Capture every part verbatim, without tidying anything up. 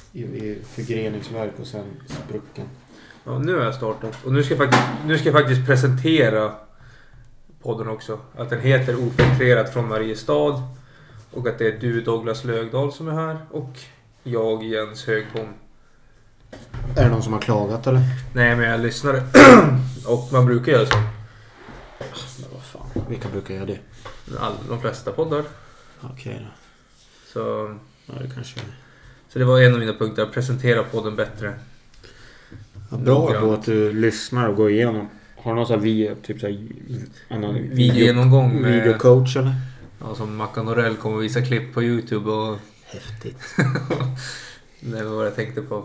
i, i förgreningsverk och sen sprucken. Ja, nu har jag startat. Och nu ska jag faktiskt, nu ska jag faktiskt presentera podden också. Att den heter Ofiltrerat från Mariestad. Och att det är du, Douglas Lögdahl, som är här. Och jag, Jens Högbom. Är det någon som har klagat eller? Nej, men jag lyssnade. Och man brukar göra så. Men vad fan, vilka brukar göra det? All, de flesta poddar. Okej då. Så, ja, det kanske är. Så det var en av mina punkter. Att presentera podden bättre. Ja, bra på att du lyssnar och går igenom. Har du någon sån här video, typ så här, annan videogenomgång med videocoach eller? Ja, som Mackan Norell kommer att visa klipp på YouTube och häftigt. Det var vad jag tänkte på.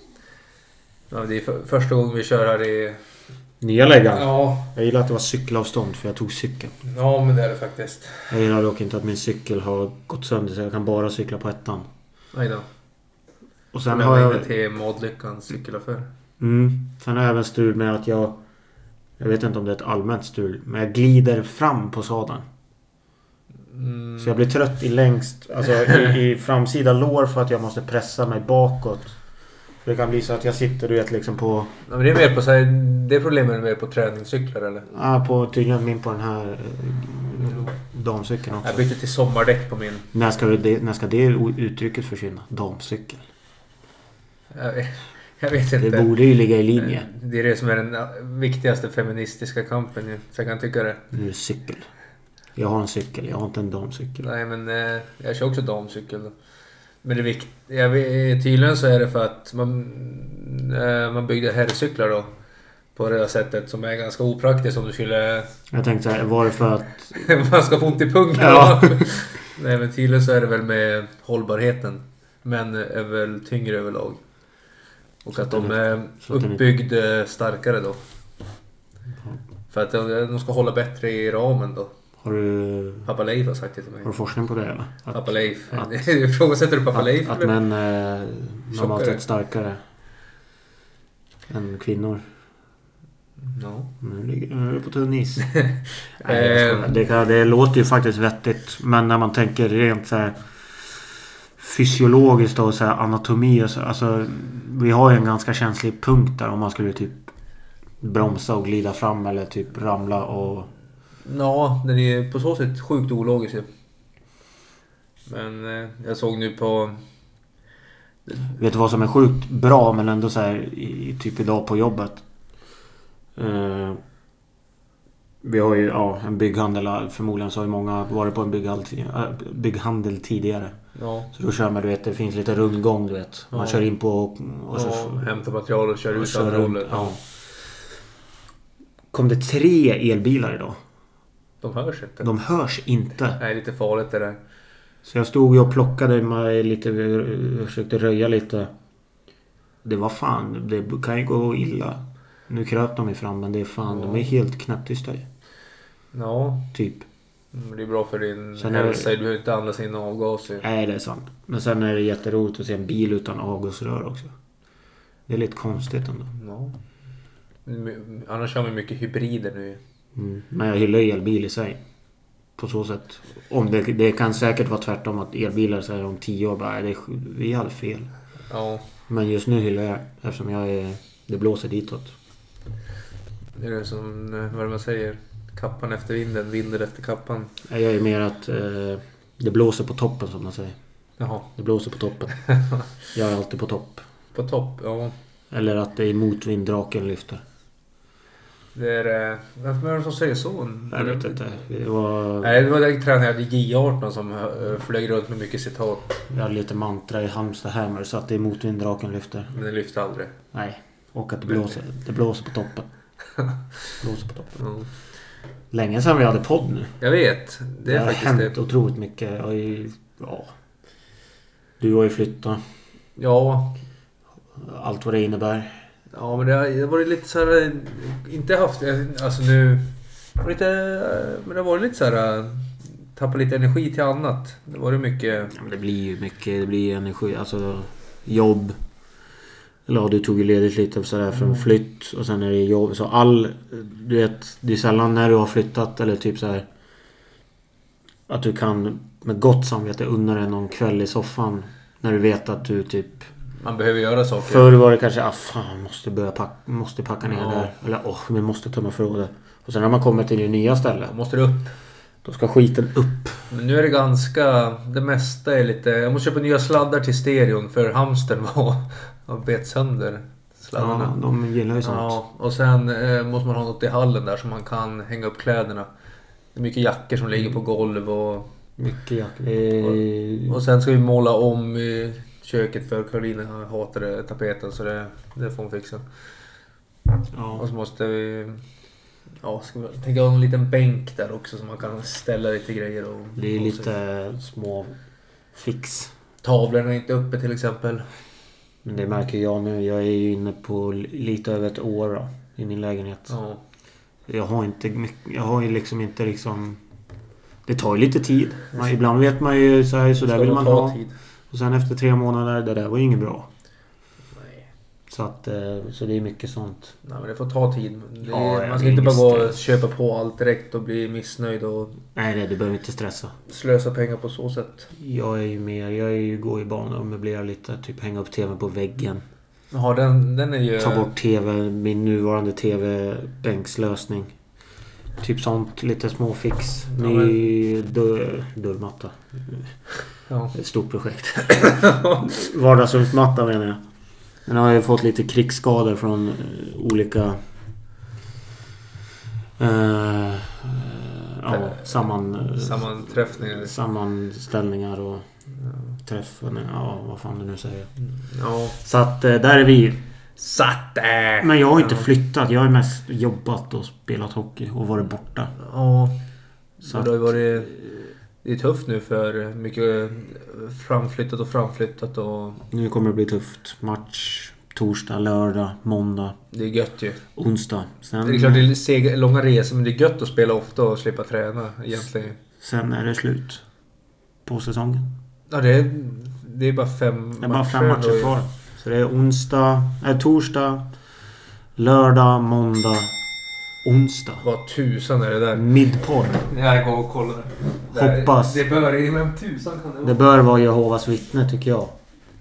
Ja, det är för, första gången vi kör här i nya läggan. Ja. Jag gillar att det var cykelavstånd för jag tog cykeln. Ja, men det är det faktiskt. Jag gillar dock inte att min cykel har gått sönder så jag kan bara cykla på ettan. Nej då. Och sen och har jag inne till Modlyckans cykelaffär. Mm. Sen har jag även stul med att jag jag vet inte om det är ett allmänt stul, men jag glider fram på sadeln. Mm. Så jag blir trött i längst, alltså i, i framsida lår för att jag måste pressa mig bakåt. För det kan bli så att jag sitter du vet liksom på. Ja, men det är mer på så här, det problemet är mer på träningscyklar eller? Ja, på tydligen min på den här eh, damcykeln också. Jag bytte till sommardäck på min. När ska det när ska det uttrycket försvinna? Damcykel. Jag vet, jag vet inte. Det borde ju ligga i linje. Det är det som är den viktigaste feministiska kampen, så jag kan tycka det. Nu är det cykel. Jag har en cykel, jag har inte en damcykel. Nej, men eh, jag kör också damcykel då. Men det är viktigt. Jag vet, tydligen så är det för att man, eh, man byggde herrcyklar då. På det här sättet som är ganska opraktiskt om du skulle. Jag tänkte så här, var det för att man ska få ont i pungen. Ja. Nej, men tydligen så är det väl med hållbarheten. Men är väl tyngre överlag. Och så att de är uppbyggd starkare då. För att de ska hålla bättre i ramen då. Har du Pappa Leif har sagt det till mig. Har du forskning på det eller? Att, Pappa Leif. Att, frågasätter du Pappa att, Leif? Att män är normalt sett starkare än kvinnor. No. Nu ligger du på tunn is. Nej, det, kan, det låter ju faktiskt vettigt. Men när man tänker rent så här fysiologiskt och så här anatomi och så, alltså, vi har ju en ganska känslig punkt där om man skulle typ bromsa och glida fram eller typ ramla och. Ja, den är på så sätt sjukt ologisk. Men eh, jag såg nu på. Vet du vad som är sjukt bra men ändå så här i, typ idag på jobbet. Uh, vi har ju ja, en bygghandel, förmodligen så har ju många varit på en bygghandel, bygghandel tidigare. Ja. Så då kör man, du vet, det finns lite rundgång, du vet. Man ja. kör in på och, och så ja, hämtar material och kör och ut kör rollen. Ja. Kom det tre elbilar idag? De hörs inte. De hörs inte. Nej, lite farligt det där. Så jag stod och plockade mig lite, försökte röja lite. Det var fan, det kan ju gå illa. Nu kröp de mig fram, men det är fan, ja. de är helt knäpptysta. Ja. Typ. Mm, det är bra för din sen hälsa, det... du behöver inte andas in avgaser. Nej, det är sant. Men sen är det jätteroligt att se en bil utan avgasrör också. Det är lite konstigt ändå. Ja. Annars har vi mycket hybrider nu. Mm. Men jag gillar elbil i sig. På så sätt. Om det, det kan säkert vara tvärtom att elbilar säger om tio år bara, det är, vi hade fel. Ja. Men just nu gillar jag, eftersom jag är, det blåser ditåt. Det är det som, vad man säger, kappan efter vinden, vinden efter kappan. Jag är mer att eh, det blåser på toppen som man säger. Jaha. Det blåser på toppen. Jag är alltid på topp. På topp, ja. Eller att det är motvind draken lyfter. Det är, varför är det som säger så? Jag vet inte. Det var... Nej, det var den tränaren i J arton som flög runt med mycket citat. Jag hade lite mantra i Halmstad Hammer så att det är motvind draken lyfter. Men det lyfter aldrig. Nej, och att det blåser, det blåser på toppen. Blåser på toppen. Mm. Länge sedan vi hade podd nu. Jag vet. Det, är det har faktiskt hänt det. Otroligt mycket. Jag är, ja. Du har ju flyttat. Ja. Allt vad det innebär. Ja, men det har, det har varit lite så här, inte haft, alltså nu, lite, men det har varit lite så här, tappa lite energi till annat. Det var det mycket. Ja, men det blir ju mycket, det blir energi, alltså jobb. Eller ja, du tog ju ledigt lite så där från flytt och sen är det jobb. Så all, du vet, det är sällan när du har flyttat eller typ så här att du kan med gott samvete unna dig någon kväll i soffan när du vet att du typ Man behöver göra saker. Förr var det kanske, ah fan, måste börja packa, måste packa ner ja. där. Eller åh, oh, vi måste tömma förrådet. Och sen när man kommer till det nya stället. Måste det upp. Då ska skiten upp. Men nu är det ganska, det mesta är lite, jag måste köpa nya sladdar till stereon för hamstern var, var bet sönder sladdarna. Ja, de gillar ju sånt. Ja, och sen eh, måste man ha något i hallen där så man kan hänga upp kläderna. Det är mycket jackor som ligger på golv och... Mycket jackor. Det... Och, och sen ska vi måla om i köket för Karolina hatade tapeten så det, det får hon fixa. Ja. Och så måste vi... Ja, ska vi tänka ha en liten bänk där också så man kan ställa lite grejer. Och, det är och lite sig. Små fix. Tavlorna är inte uppe till exempel. Men det märker jag nu. Jag är ju inne på lite över ett år då, i min lägenhet. Ja. Jag har inte mycket, jag har ju liksom inte liksom... Det tar ju lite tid. Man, ibland vet man ju så här, så där vill man ha. Tid. Och sen efter tre månader, det där var ju inget bra. Nej. Så att, så det är mycket sånt. Nej, men det får ta tid. Det är, ja, man ska inte bara gå och köpa på allt direkt och bli missnöjd och... Nej, det, du behöver inte stressa. Slösa pengar på så sätt. Jag är ju mer, jag är ju går i banan och möblerar lite. Typ hänga upp tvn på väggen. Ja, den, den är ju... Ta bort tv, min nuvarande tv-bänkslösning. Typ sånt, lite små fix. Ja, ny men... dörr, dörrmatta. Ja. Ett stort projekt. Vardagsrumsmatta menar jag. Den har ju fått lite krigsskador från uh, olika uh, uh, ja, samman, sammanträffningar. Sammanställningar och ja. Träffen. Ja, vad fan du nu säger. Ja. Så att uh, där är vi. Satt där. Men jag har inte flyttat. Jag har mest jobbat och spelat hockey och varit borta. Ja. Så att, det har varit det är tufft nu för mycket framflyttat och framflyttat och... Nu kommer det bli tufft. Match torsdag, lördag, måndag. Det är gött ju. Onsdag. Sen... Det är klart det är sega, långa resor men det är gött att spela ofta och slippa träna egentligen. Sen är det slut på säsongen. Ja, det är, det är bara fem det är bara fem matcher och... kvar. Så det är onsdag, äh, torsdag, lördag, måndag, onsdag. Vad tusan är det där? Midpodd. Jag går och kollar. Hoppas. Det bör, men tusan kan det vara. Det bör vara Jehovas vittne tycker jag.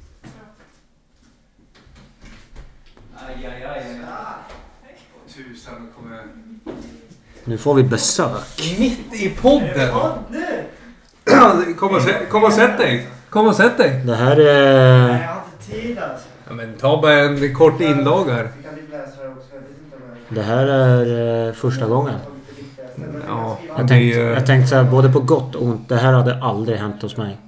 Aj, aj, aj, aj. Vad tusan kommer... Nu får vi besök. Mitt i podden. Kom och, kom och sätt dig. Kom och sätt dig. Det här är... Ja, men ta bara en kort inlag här. Det här är eh, första gången. Ja, jag, tänkte, jag tänkte så här, både på gott och ont. Det här hade aldrig hänt hos mig.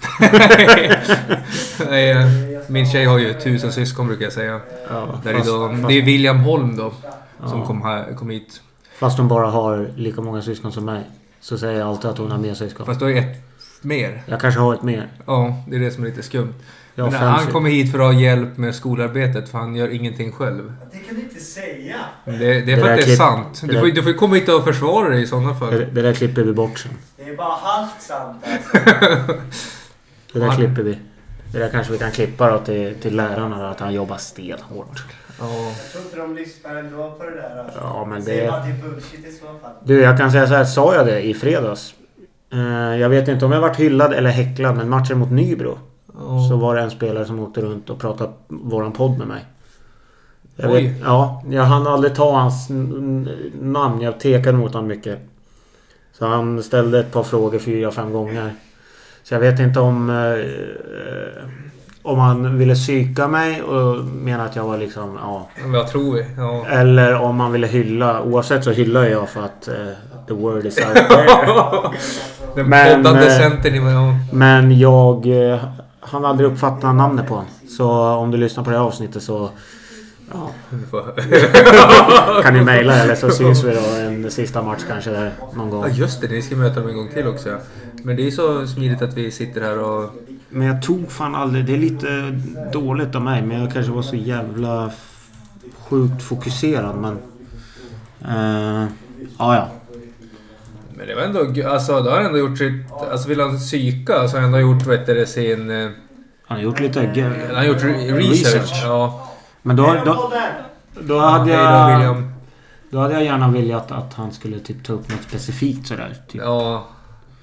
Nej, min tjej har ju tusen syskon brukar jag säga. Ja, Där fast, är då, fast, det är William Holm då som ja. kom, här, kom hit. Fast hon bara har lika många syskon som mig. Så säger jag alltid att hon har mer syskon. Fast då är ett mer. Jag kanske har ett mer. Ja, det är det som är lite skumt. Men han kommer hit för att ha hjälp med skolarbetet för han gör ingenting själv. Det kan du inte säga. Det, det är det för att det är klipp, sant. Du får, du får komma hit och försvara dig i sådana fall. Det, det där klipper vi bort sen. Det är bara halvt sant alltså. Det där han... klipper vi. Det där kanske vi kan klippa då till, till lärarna då, att han jobbar stenhårt. Ja. Jag tror inte de lyssnar ändå på det där alltså. Ja, men det... Säger bara att det är bullshit i så fall. Du, jag kan säga så här, sa jag det i fredags? Uh, jag vet inte om jag varit hyllad eller häcklad, men matchen mot Nybro. Oh. Så var det en spelare som åkte runt och pratade våran podd med mig. Jag vet, ja, jag hann aldrig ta hans namn. Jag tekade mot honom mycket. Så han ställde ett par frågor fyra, fem gånger. Så jag vet inte om eh, om han ville psyka mig och mena att jag var liksom, ja. Vad tror vi? Ja. Eller om han ville hylla. Oavsett så hyllar jag för att uh, the word is out there. Den poddande centern i mig. Ja. Men jag... Uh, han har aldrig uppfattat namnet på honom. Så om du lyssnar på det här avsnittet så... Ja. Kan ni mejla eller så syns vi då en sista match kanske där någon gång. Ja just det, ni ska möta dem en gång till också. Men det är så smidigt att vi sitter här och... Men jag tog fan aldrig... Det är lite dåligt av mig. Men jag kanske var så jävla sjukt fokuserad. Men... Uh, ja, ja. Men det var ändå... Alltså, det har ändå gjort sitt... Alltså, vill han psyka så har han ändå gjort, vet du, sin... Han har gjort lite... Han har gjort research. research. Ja. Men då... Då, då hade jag... Då hade jag gärna velat att han skulle typ ta upp något specifikt sådär. Typ. Ja.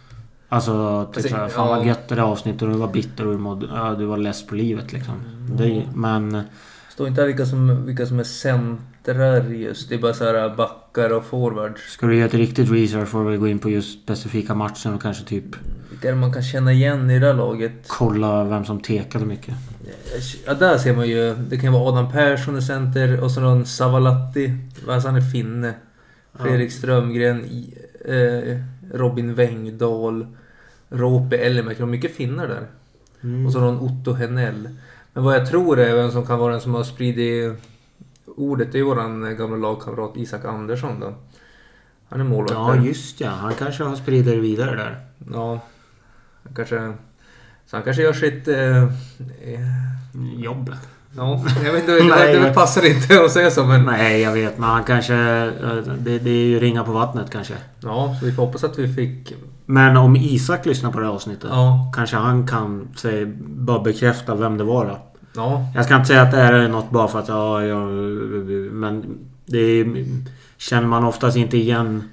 Alltså typ Alltså, såhär, fan ja. vad gött det där avsnittet och du var bitter och du, mådde, ja, du var less på livet liksom. Mm. Det, men Står inte här vilka som, vilka som är centrar just. Det är bara så här backar och forwards. ska du göra ett riktigt research får du gå in på just specifika matchen och kanske typ Vilka är det man kan känna igen i det här laget? kolla vem som tekade mycket. Ja, där ser man ju. Det kan vara Adam Persson i center och så någon Savalatti. Alltså han är finne. Fredrik Strömgren, i- eh, Robin Wengdahl, Rope Ellemäki. De har mycket finnar där. Mm. Och så någon Otto Henell. Men vad jag tror är vem som kan vara den som har spridit ordet, det är våran gamla lagkamrat Isak Andersson då. Han är målvakt. Ja där. just ja, han kanske har spridit det vidare där. Ja. Han kanske, så han kanske gör sitt... Eh, eh, Jobb. ja, jag vet inte, Nej. det passar inte att säga så men... Nej jag vet, men han kanske det, det är ju ringa på vattnet kanske. Ja, så vi får hoppas att vi fick... Men om Isak lyssnar på det här avsnittet, Ja. kanske han kan säga, bara bekräfta vem det var då. Ja, Jag ska inte säga att det här är något bara för att ja, jag, men det är, känner man oftast inte igen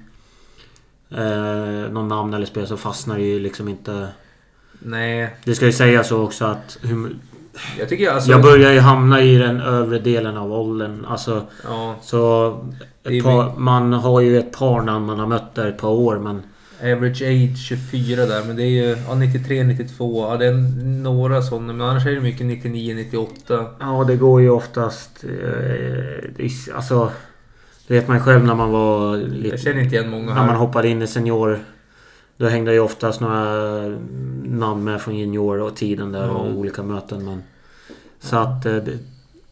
eh, någon namn eller spel så fastnar det ju liksom inte. nej. Det ska ju säga så också att hur, Jag tycker alltså... jag börjar ju hamna i den övre delen av åldern. Alltså, Ja, så Det är ett par, man har ju ett par namn man har mött där ett par år, men average age tjugofyra där, men det är ju ja, nittiotre nittiotvå. Ja, det är några sådana, men annars är det mycket nittionio nittioåtta. ja, det går ju oftast eh, det är- alltså det vet man själv när man var lite, Jag känner inte igen många när man här. hoppade in i senior. Då hängde ju oftast några namn med från junior och tiden där och Ja. olika möten, men så att eh, det,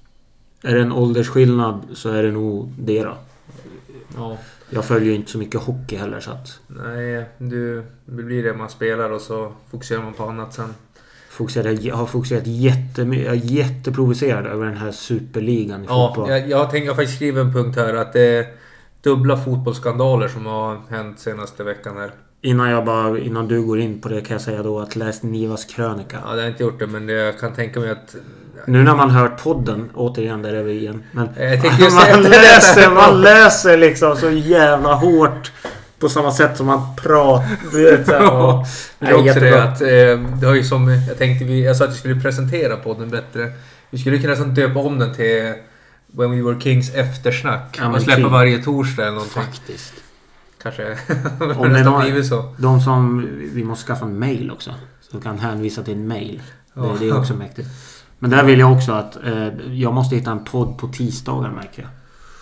är det en åldersskillnad så är det nog det då. Ja. Jag följer ju inte så mycket hockey heller så att Nej, du, det blir det man spelar och så fokuserar man på annat sen. fokuserar, jag har fokuserat jättemycket. Jag är jätteprovocerad över den här superligan i Ja, fotboll. jag, jag, tänk, jag har faktiskt skrivit en punkt här att det är dubbla fotbollsskandaler som har hänt senaste veckan här. Innan jag bara, innan du går in på det kan jag säga då att läs Nivas krönika. Ja, det har jag inte gjort det, men det, jag kan tänka mig att... Nu när man hört podden, återigen där är vi igen. Men Jag tänkte ju man, säga det. läser, man läser liksom så jävla hårt på samma sätt som man pratar. Du vet, så här, Ja, men det är Nej, också jättebra. det att eh, det har ju som jag tänkte vi, jag sa att vi skulle presentera podden bättre. Vi skulle kunna som döpa om den till When We Were Kings eftersnack Ja, men och släppa King. varje torsdag eller någonting. Faktiskt. Kanske Om det nästan var- blivit så. De som, vi måste skaffa en mail också. Så kan hänvisa till en mail. Det, Ja. det är också mäktigt. Men där vill jag också att eh, jag måste hitta en podd på tisdagar märker jag.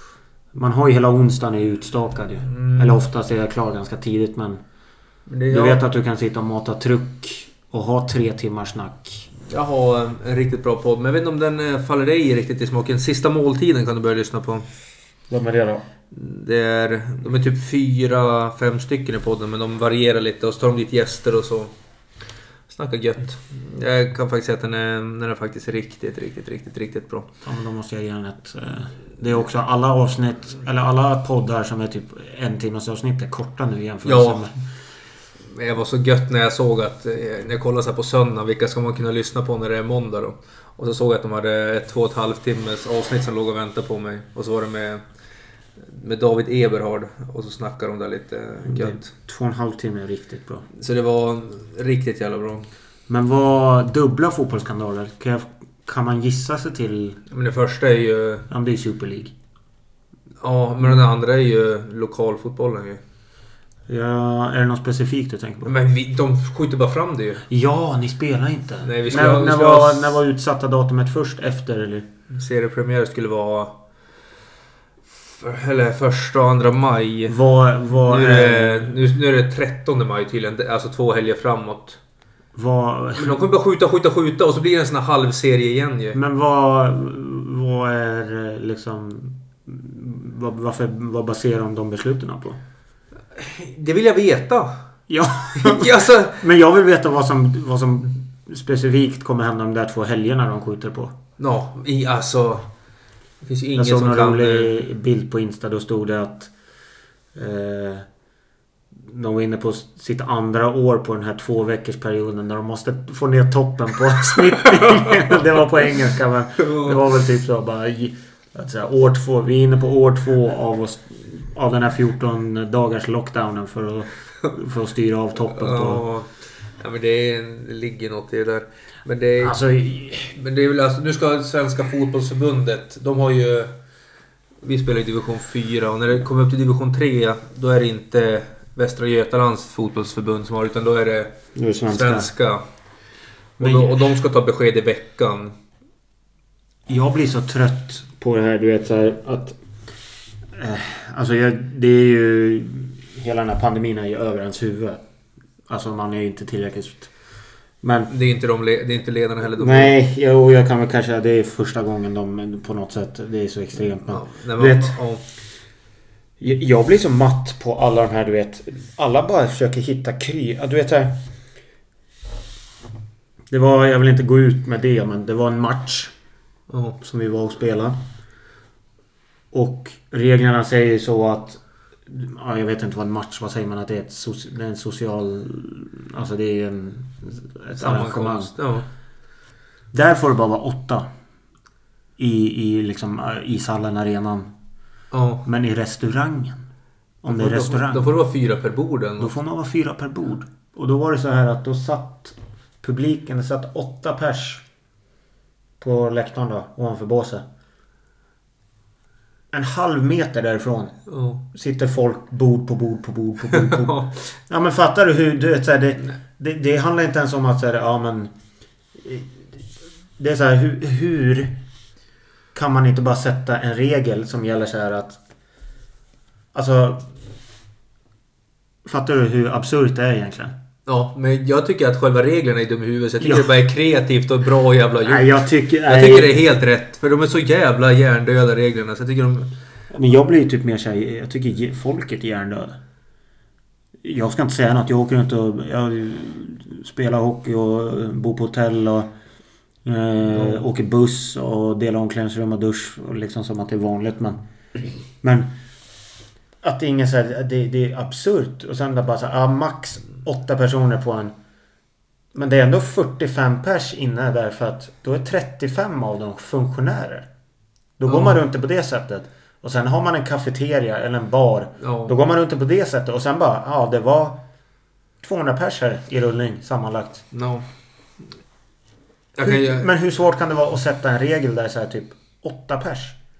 Man har ju hela onsdagen är utstakad ju. Mm. Eller oftast är jag klar ganska tidigt, men Men det, du jag, vet att du kan sitta och mata truck och ha tre timmars snack. jag har en, en riktigt bra podd, men jag vet inte om den eh, faller dig riktigt i smaken. Sista måltiden kan du börja lyssna på. Vad är det då? Det är, de är typ fyra, fem stycken i podden, men de varierar lite och så tar de dit gäster och så. Snacka gött. Jag kan faktiskt säga att den är, den är faktiskt riktigt, riktigt, riktigt, riktigt bra. Ja, men då måste jag ge den ett... Eh, det är också alla avsnitt, eller alla poddar som är typ en timmas avsnitt är korta nu jämfört Ja. med... Men jag var så gött när jag såg att, eh, när jag kollade så här på söndag, vilka ska man kunna lyssna på när det är måndag då? Och så såg jag att de hade ett två och ett halvt timmes avsnitt som låg och väntade på mig. Och så var det med, med David Eberhard. Och så snackade de där lite gött. Två och en halv timme är riktigt bra. Så det var riktigt jävla bra. Men vad dubbla fotbollsskandaler? Kan, jag, kan man gissa sig till... Men det första är ju... Ja, det är Super League. Ja, men den andra är ju lokalfotbollen ju. Ja, är det något specifikt du tänker på? Men vi, de skjuter bara fram det ju. Ja, ni spelar inte. Nej, vi ska när, ha- vi när, ska var, ha- när var utsatta datumet först? Efter eller? Seriepremiär skulle vara... För, eller första och andra maj. Vad, vad, Nu är, är, det, nu, nu är det trettonde maj tydligen. Alltså två helger framåt. vad, Men de kommer bara skjuta, skjuta, skjuta och så blir det en sån här halvserie igen ju. men vad, vad är eh, liksom... Vad, varför, vad baserar de de besluten på? Det vill jag veta. Ja, Alltså, men jag vill veta vad som, vad som specifikt kommer hända de där två helgerna de skjuter på. no, i, alltså... Det finns ju Jag ingen såg som en kan... rolig bild på Insta. Då stod det att eh, de var inne på sitt andra år på den här två veckors perioden där de måste få ner toppen på smittningen. Det var på engelska, men det var väl typ så bara att säga, år två. Vi är inne på år två av oss, av den här fjorton dagars lockdownen för att, för att styra av toppen på. Ja, Ja, men det, är, det ligger något i det där. Men det är, Alltså, men det är väl alltså, nu ska Svenska fotbollsförbundet, de har ju, vi spelar i division fyra och när det kommer upp till division tre, då är det inte Västra Götalands fotbollsförbund som har, utan då är det, det är svenska. svenska. Och, då, och de ska ta besked i veckan. Jag blir så trött på det här, du vet så här, att eh, alltså jag, det är ju hela den här pandemin är ju över ens huvud. Alltså man är ju inte tillräckligt. Men det är inte de, det är inte ledarna heller. De nej, jag, jag kan väl kanske, det är första gången de på något sätt, det är så extremt. Men, ja, nej, du vet, ja. jag, jag blir så matt på alla de här, du vet. Alla bara försöker hitta kry. Du vet så här, det var, jag vill inte gå ut med det, men det var en match ja. som vi var och spelade. Och reglerna säger så att, ja, jag vet inte vad en match, vad säger man att det är, ett so- det är en social, alltså det är en, ett arrangemang. Ja. Där får det bara vara åtta i, i liksom ishallen, arenan. Ja. Men i restaurangen, om det är restaurang, då får det vara fyra per bord. Eller då får man vara fyra per bord. Och då var det så här att då satt publiken, det satt åtta pers på läktaren då, ovanför båset. En halv meter därifrån oh. sitter folk bord på bord på bord på bord på bord. Ja, men fattar du hur du vet så här, det, det det handlar inte ens om att säga ja men det är så här, hur, hur kan man inte bara sätta en regel som gäller så här att alltså fattar du hur absurt det är egentligen? Ja, men jag tycker att själva reglerna är dum i huvudet. Jag tycker ja. det bara är kreativt och bra och jävla gjort. Nej, jag tycker, jag tycker det är helt rätt. För de är så jävla hjärndöda reglerna. Så jag tycker de... Men jag blir typ mer så här, jag tycker folket är hjärndöd. Jag ska inte säga något. Jag åker runt och jag spelar hockey och bor på hotell och eh, mm. åker buss och delar omklädningsrum och dusch och liksom som att det är vanligt. Men, men att det är ingen så här, det, det är absurt. Och sen där bara så här, ah, max åtta personer på en. Men det är ändå fyrtiofem pers inne där för att då är trettiofem av dem funktionärer. Då går mm. man runt på det sättet. Och sen har man en kafeteria eller en bar. Ja. Då går man runt på det sättet. Och sen bara, ja det var tvåhundra pers här i rullning sammanlagt. No. Hur, ju... Men hur svårt kan det vara att sätta en regel där så här typ åtta pers?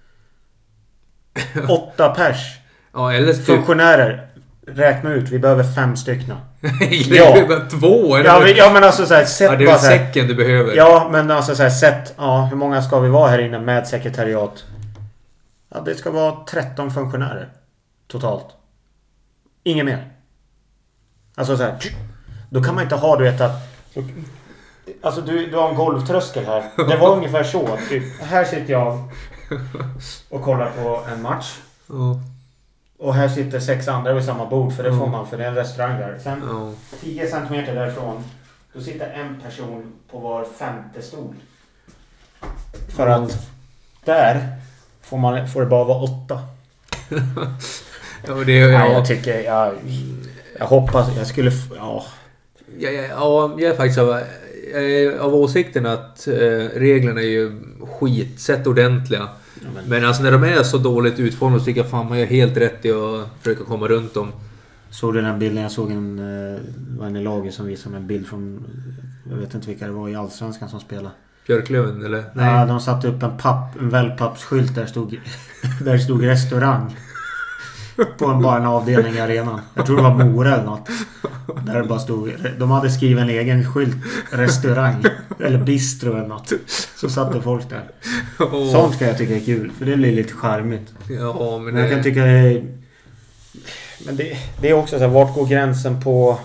åtta pers. Ja, eller funktionärer. Räkna ut, vi behöver fem stycken. ja. Två eller? Ja, vi, ja men alltså så här, sätt ja, det är bara så här, säcken du behöver. Ja, men alltså så här, sätt, ja, hur många ska vi vara här inne med sekretariat? Ja, det ska vara tretton funktionärer totalt. Ingen mer. Alltså så här, då kan man inte ha, du vet att alltså du, du har en golvtröskel här. Det var ungefär så typ, här sitter jag och kollar på en match. Ja. Och här sitter sex andra vid samma bord, för det får man, för det är en restaurang där. Sen ja. tio centimeter därifrån, då sitter en person på var femte stol. För ja. att där får, man, får det bara vara åtta. ja, det, ja. Nej, jag tycker, jag, jag hoppas, jag skulle, ja. Ja, ja, ja, jag är faktiskt av, av åsikten att eh, reglerna är ju skit, sett ordentliga. Ja, men. men alltså när de är så dåligt utformade så tycker jag fan man är helt rätt i att försöka komma runt dem. Såg du den bilden? Jag såg en, var en i laget som visade en bild från, jag vet inte vilka det var i Allsvenskan som spelade. Björklöven eller? Nej, ja, de satte upp en papp, en wellpappsskylt där stod där stod restaurang. På en, bara en avdelning i arenan. Jag tror det var Mora eller något. Där det bara stod, de hade skrivit en egen skylt, restaurang eller bistro eller något. Så satte folk där. Oh. Sånt ska jag tycka är kul, för det blir lite charmigt. Ja, men, men jag kan tycka det är, men det, det är också så här, vart går gränsen på,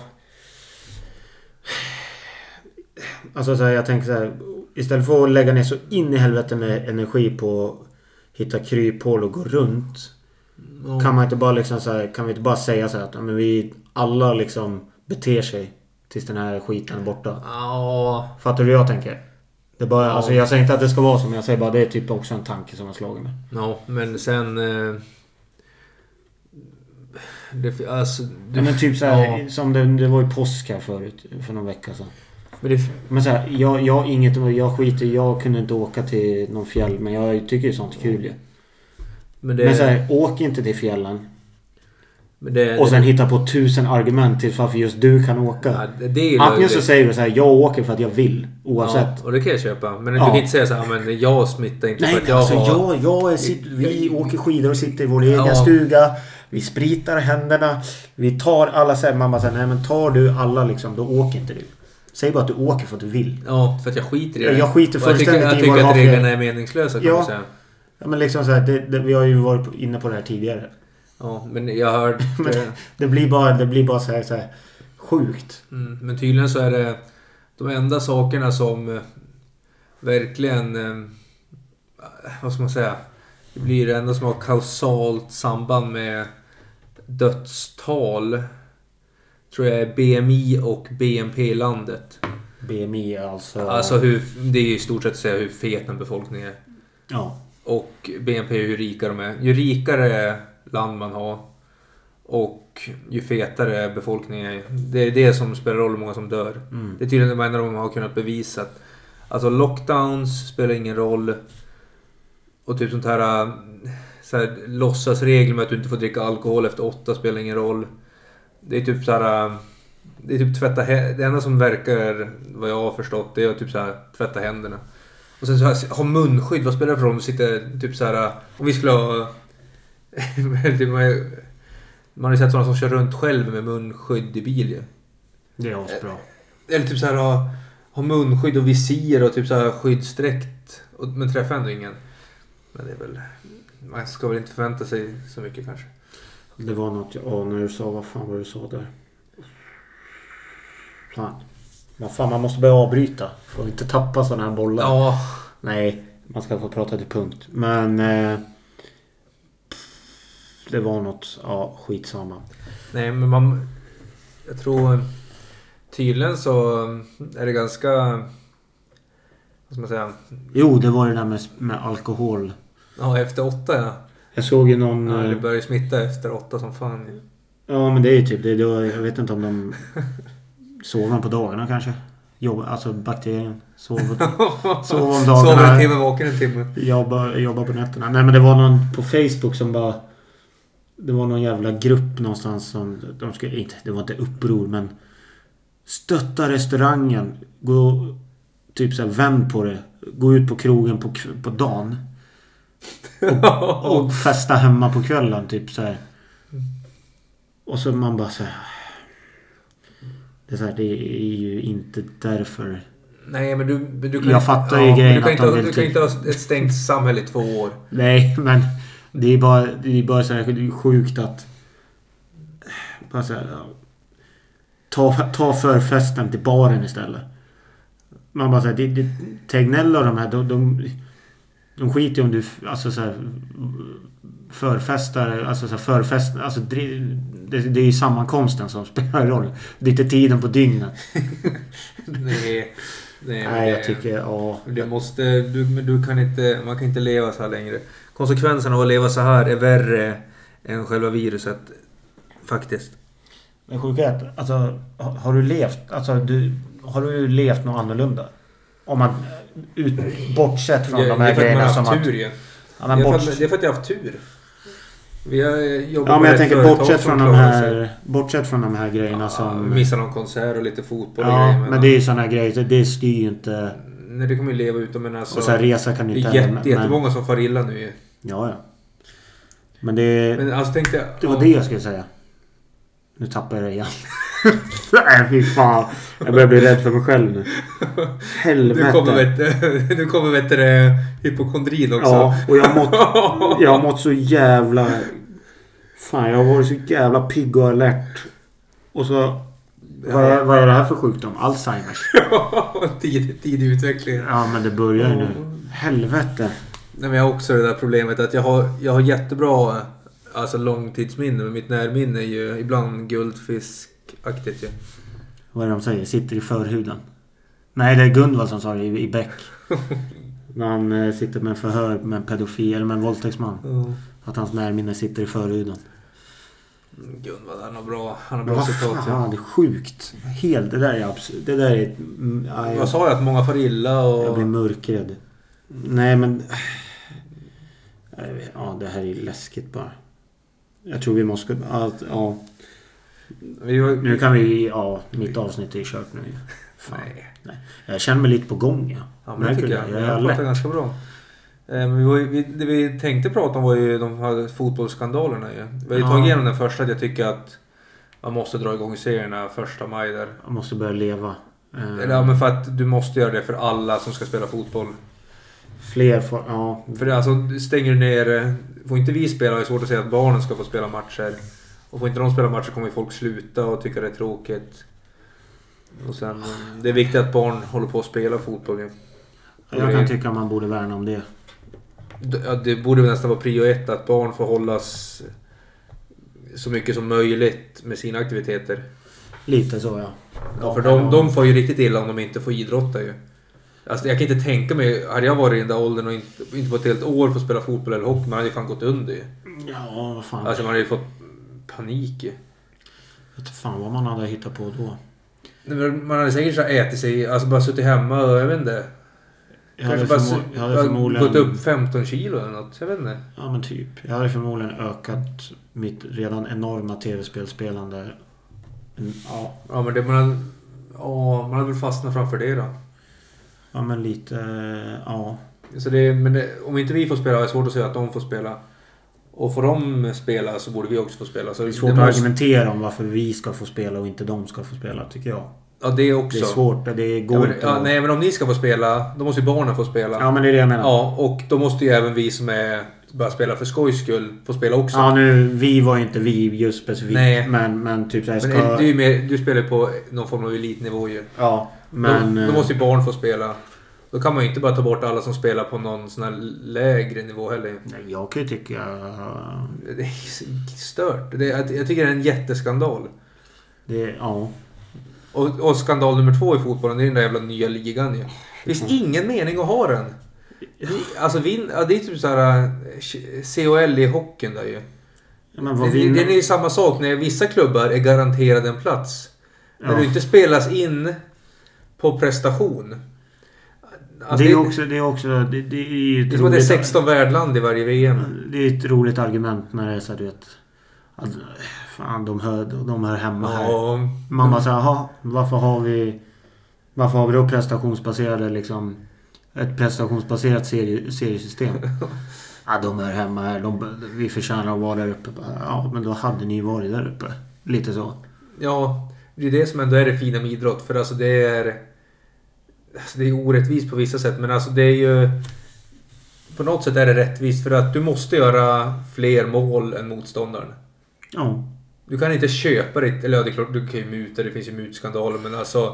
alltså så här, jag tänker så här, istället för att lägga ner så in i helvete med energi på att hitta kryphål och gå runt. Mm. Kan man inte bara liksom så här, kan vi inte bara säga så här att men vi alla liksom beter sig tills den här skiten är borta. Ja. Fattar du vad jag tänker? Det är bara, ja. Alltså jag säger inte att det ska vara så, men jag säger bara det är typ också en tanke som har slagit mig. Ja, men sen eh, det, alltså, det, ja, men typ så här, ja. som det, det var ju påsk här förut för någon vecka sedan. Men, det, men så här, jag jag inget jag skiter, jag kunde inte åka till någon fjäll, men jag tycker ju sånt kul ju. Men, det... men så här, åk inte till fjällen. Men det, och det, sen hitta på tusen argument till varför just du kan åka. Ja, det, det är antingen så säger du så här: jag åker för att jag vill. Oavsett. Ja, och det kan jag köpa. Men ja. du kan inte säga så här: men jag smittar inte. Nej, för att jag alltså har... jag, jag är, sitt, vi åker skidor och sitter i vår egen ja. stuga. Vi spritar händerna. Vi tar alla så här, man bara säger: nej men tar du alla liksom, då åker inte du. Säg bara att du åker för att du vill. Ja, för att jag skiter i det. Jag skiter fullständigt jag tycker, jag tycker att reglerna är meningslösa, kan ja. man säga. Ja, men liksom så här, det, det, vi har ju varit inne på det här tidigare. Ja, men jag har hört... men det blir bara, det blir bara så här, så här sjukt. Mm, men tydligen så är det de enda sakerna som eh, verkligen... Eh, vad ska man säga? Det blir det enda som har kausalt samband med dödstal. Tror jag är B M I och B N P i landet. B M I alltså... Alltså hur, det är i stort sett att säga hur fet en befolkning är. Ja. Och B N P hur rika de är. Ju rikare land man har och ju fetare befolkningen är. Det är det som spelar roll hur många som dör. Mm. Det är tydligen det enda de har kunnat bevisa. Alltså lockdowns spelar ingen roll. Och typ sånt här, så här låtsasregler med att du inte får dricka alkohol efter åtta spelar ingen roll. Det är typ så här, det är typ tvätta hä- det enda som verkar, vad jag har förstått, det är typ så här tvätta händerna. Och sen så här, ha munskydd, vad spelar det för roll om du sitter typ så här, om vi skulle ha man har ju sett sådana som kör runt själv med munskydd i bil ju. Det är också bra. Eller typ så här ha, ha munskydd och visir och typ så här skyddsdräkt, men träffar ändå ingen. Men det är väl, man ska väl inte förvänta sig så mycket kanske. Det var något, ja, när du sa, vad fan var du sa där? Fan. Vad fan, man måste börja avbryta. Får inte tappa sådana här bollar. Ja. Nej, man ska få prata till punkt. Men eh, det var något, ja, skitsamma. Nej, men man, jag tror tydligen så är det ganska, vad ska man säga? Jo, det var det där med, med alkohol. Ja, efter åtta ja. Jag såg ju någon... Ja, det börjar smitta efter åtta som fan. Ja, men det är ju typ det. det var, jag vet inte om de sover på dagarna kanske. Jobba, alltså bakterien. Sover, sover om dagarna. Sover en timme, vakar en timme. Jobbar, jobbar på nätterna. Nej, men det var någon på Facebook som bara... Det var någon jävla grupp någonstans som... De skulle inte... Det var inte uppror, men... Stötta restaurangen. Gå... Typ så här, vänd på det. Gå ut på krogen på, på dagen. Och, och festa hemma på kvällen typ så här. Och så man bara så här. Det är så här, det är ju inte därför. Nej, men du, du kan jag fattar ju ja, grejen du kan, att inte, de vill du kan typ... inte ha ett stängt samhälle i två år. Nej, men det är bara det är bara så här, det är sjukt att bara så här, ta ta förfesten till baren istället. Man bara så här, det, det Tegnell och de här de, de De skiter ju om du alltså så här, förfestar alltså så här, förfest alltså det, det är ju sammankomsten som spelar roll. Det är inte tiden på dygnet. nej, nej, nej jag det, tycker ja. Du måste du men du kan inte man kan inte leva så här längre. Konsekvenserna av att leva så här är värre än själva viruset faktiskt. Men sjukhet, alltså har, har du levt alltså du har du levt något annorlunda? Om man ut, bortsett från jag, de här grejerna som att... Tur, ja. Ja, men det, är bort... för att, det är för att jag har haft tur. Vi har jobbat ja, men jag tänker bortsett från, de här, sig. bortsett från de här grejerna ja, som... Missa någon konsert och lite fotboll och ja, grejer. Men, men det är ju sådana grejer. Det styr ju inte... Nej, det kommer ju leva utom en alltså... Och så här resa kan ju inte... Det är jätte, men... jättemånga som far illa nu. Ja, ja. Men det... Men alltså tänkte jag... Det var det jag skulle säga. Nu tappar jag det igen. Nej, fy fan. Jag börjar bli rädd för mig själv nu. Helvete. Du kommer vet du kommer vet det hypokondrin också. Ja, och jag har mått jag har mått så jävla fan, jag har varit så jävla pigg och alert. Och så vad är, vad är det här för sjukdom? Alzheimers. tid, tid i utvecklingen. Ja, men det börjar ju nu. Helvete. Nej, men jag har också det där problemet att jag har jag har jättebra alltså långtidsminne, men mitt närminne är ju ibland guldfiskaktigt ju. Vad är det de säger? Sitter i förhuden. Nej, det är Gunvald som sa det i, i Beck. När han eh, sitter med förhör med en pedofil eller med en våldtäktsman. Mm. Att hans närminne sitter i förhuden. Gunvald, han har bra, han har Men bra vad citat. fan, det är sjukt. Helt, det där är absolut. Det där är... Mm, ja, Vad sa jag? Att många far illa och... Jag blir mörkrädd. Nej, men... Ja, det här är läskigt bara. Jag tror vi måste... Att, ja. Vi var, nu kan vi... Ja, mitt avsnitt är kört nu. Fan. Nej. Nej. Jag känner mig lite på gång. Ja, ja men det tycker jag. Jag, jag, jag pratar ganska bra. Men vi, var, vi, det vi tänkte prata om var ju de här fotbollsskandalerna. Ju. Vi har ju ja. tagit igenom den första. Att jag tycker att man måste dra igång serierna första maj där. Man måste börja leva. Eller, ja, men för att du måste göra det för alla som ska spela fotboll. Fler får, ja. För det, alltså, stänger du ner... Får inte vi spela, det är svårt att säga att barnen ska få spela matcher. Och får inte de spela matcher kommer folk sluta och tycka det är tråkigt. Och sen, det är viktigt att barn håller på att spela fotboll. Ja. Jag kan tycka att man borde värna om det. Ja, det borde nästan vara prio ett att barn får hållas så mycket som möjligt med sina aktiviteter. Lite så, ja. Ja, för de, de får ju riktigt illa om de inte får idrotta ju. Alltså jag kan inte tänka mig, hade jag varit i den där åldern och inte, inte på ett helt år för att spela fotboll eller hockey, man hade ju fan gått under ju. Ja, vad fan. Alltså man hade ju fått panik ju. Jag vet inte fan vad man hade hittat på då. Man hade säkert så ätit sig, alltså bara suttit hemma och jag vet inte. Jag hade, bara, förmo- jag hade förmodligen... gått upp femton kilo eller något, jag vet inte. Ja men typ. Jag hade förmodligen ökat mitt redan enorma tv-spelspelande. Ja. Ja men det man hade, ja, man hade väl fastnat framför det då. Ja men lite, ja. Så det, men det, om inte vi får spela är det svårt att säga att de får spela. Och får de spela så borde vi också få spela. Så det är svårt det att måste... argumentera om varför vi ska få spela och inte de ska få spela, tycker jag. Ja, det är också. Det är svårt, det går ja, men, inte. Ja, nej, men om ni ska få spela, då måste ju barnen få spela. Ja, men det är det jag menar. Ja, och då måste ju även vi som är bara spela för skojs skull få spela också. Ja, nu, vi var inte vi just specifikt. Nej. Men, men typ så här, ska... Men du, med, du spelar på någon form av elitnivå ju. Ja, men... Då, då måste ju barn få spela. Då kan man ju inte bara ta bort alla som spelar på någon sån här lägre nivå heller. Nej, jag kan ju tycka... Det är stört. Det är, jag tycker det är en jätteskandal. Det är, ja. Och, och skandal nummer två i fotbollen, det är den där jävla nya ligan ju. Det finns mm. ingen mening att ha den. Det, alltså, vin, ja, det är typ såhär C H L i hockeyn där ju. Ja, men vad det, vinner... det är ju samma sak när vissa klubbar är garanterade en plats. Ja. När du inte spelas in på prestation. Alltså, det är också... Det är, också, det, det är, det är som att det är sexton värdland i varje V M. Det är ett roligt argument när det är så här, du vet... Alltså, fan, de hör, de hör hemma här. Ja. Man bara säger, varför har vi... Varför har vi då prestationsbaserade liksom... Ett prestationsbaserat serie, seriesystem. Ja, de är hemma här. De, vi förtjänar att vara där uppe. Ja, men då hade ni varit där uppe. Lite så. Ja, det är det som ändå är det fina med idrott. För alltså det är... Alltså det är orättvist på vissa sätt. Men alltså det är ju... På något sätt är det rättvist. För att du måste göra fler mål än motståndaren. Ja. Du kan inte köpa det. Eller ja, det är klart du kan ju muta. Det finns ju mutskandaler. Men alltså...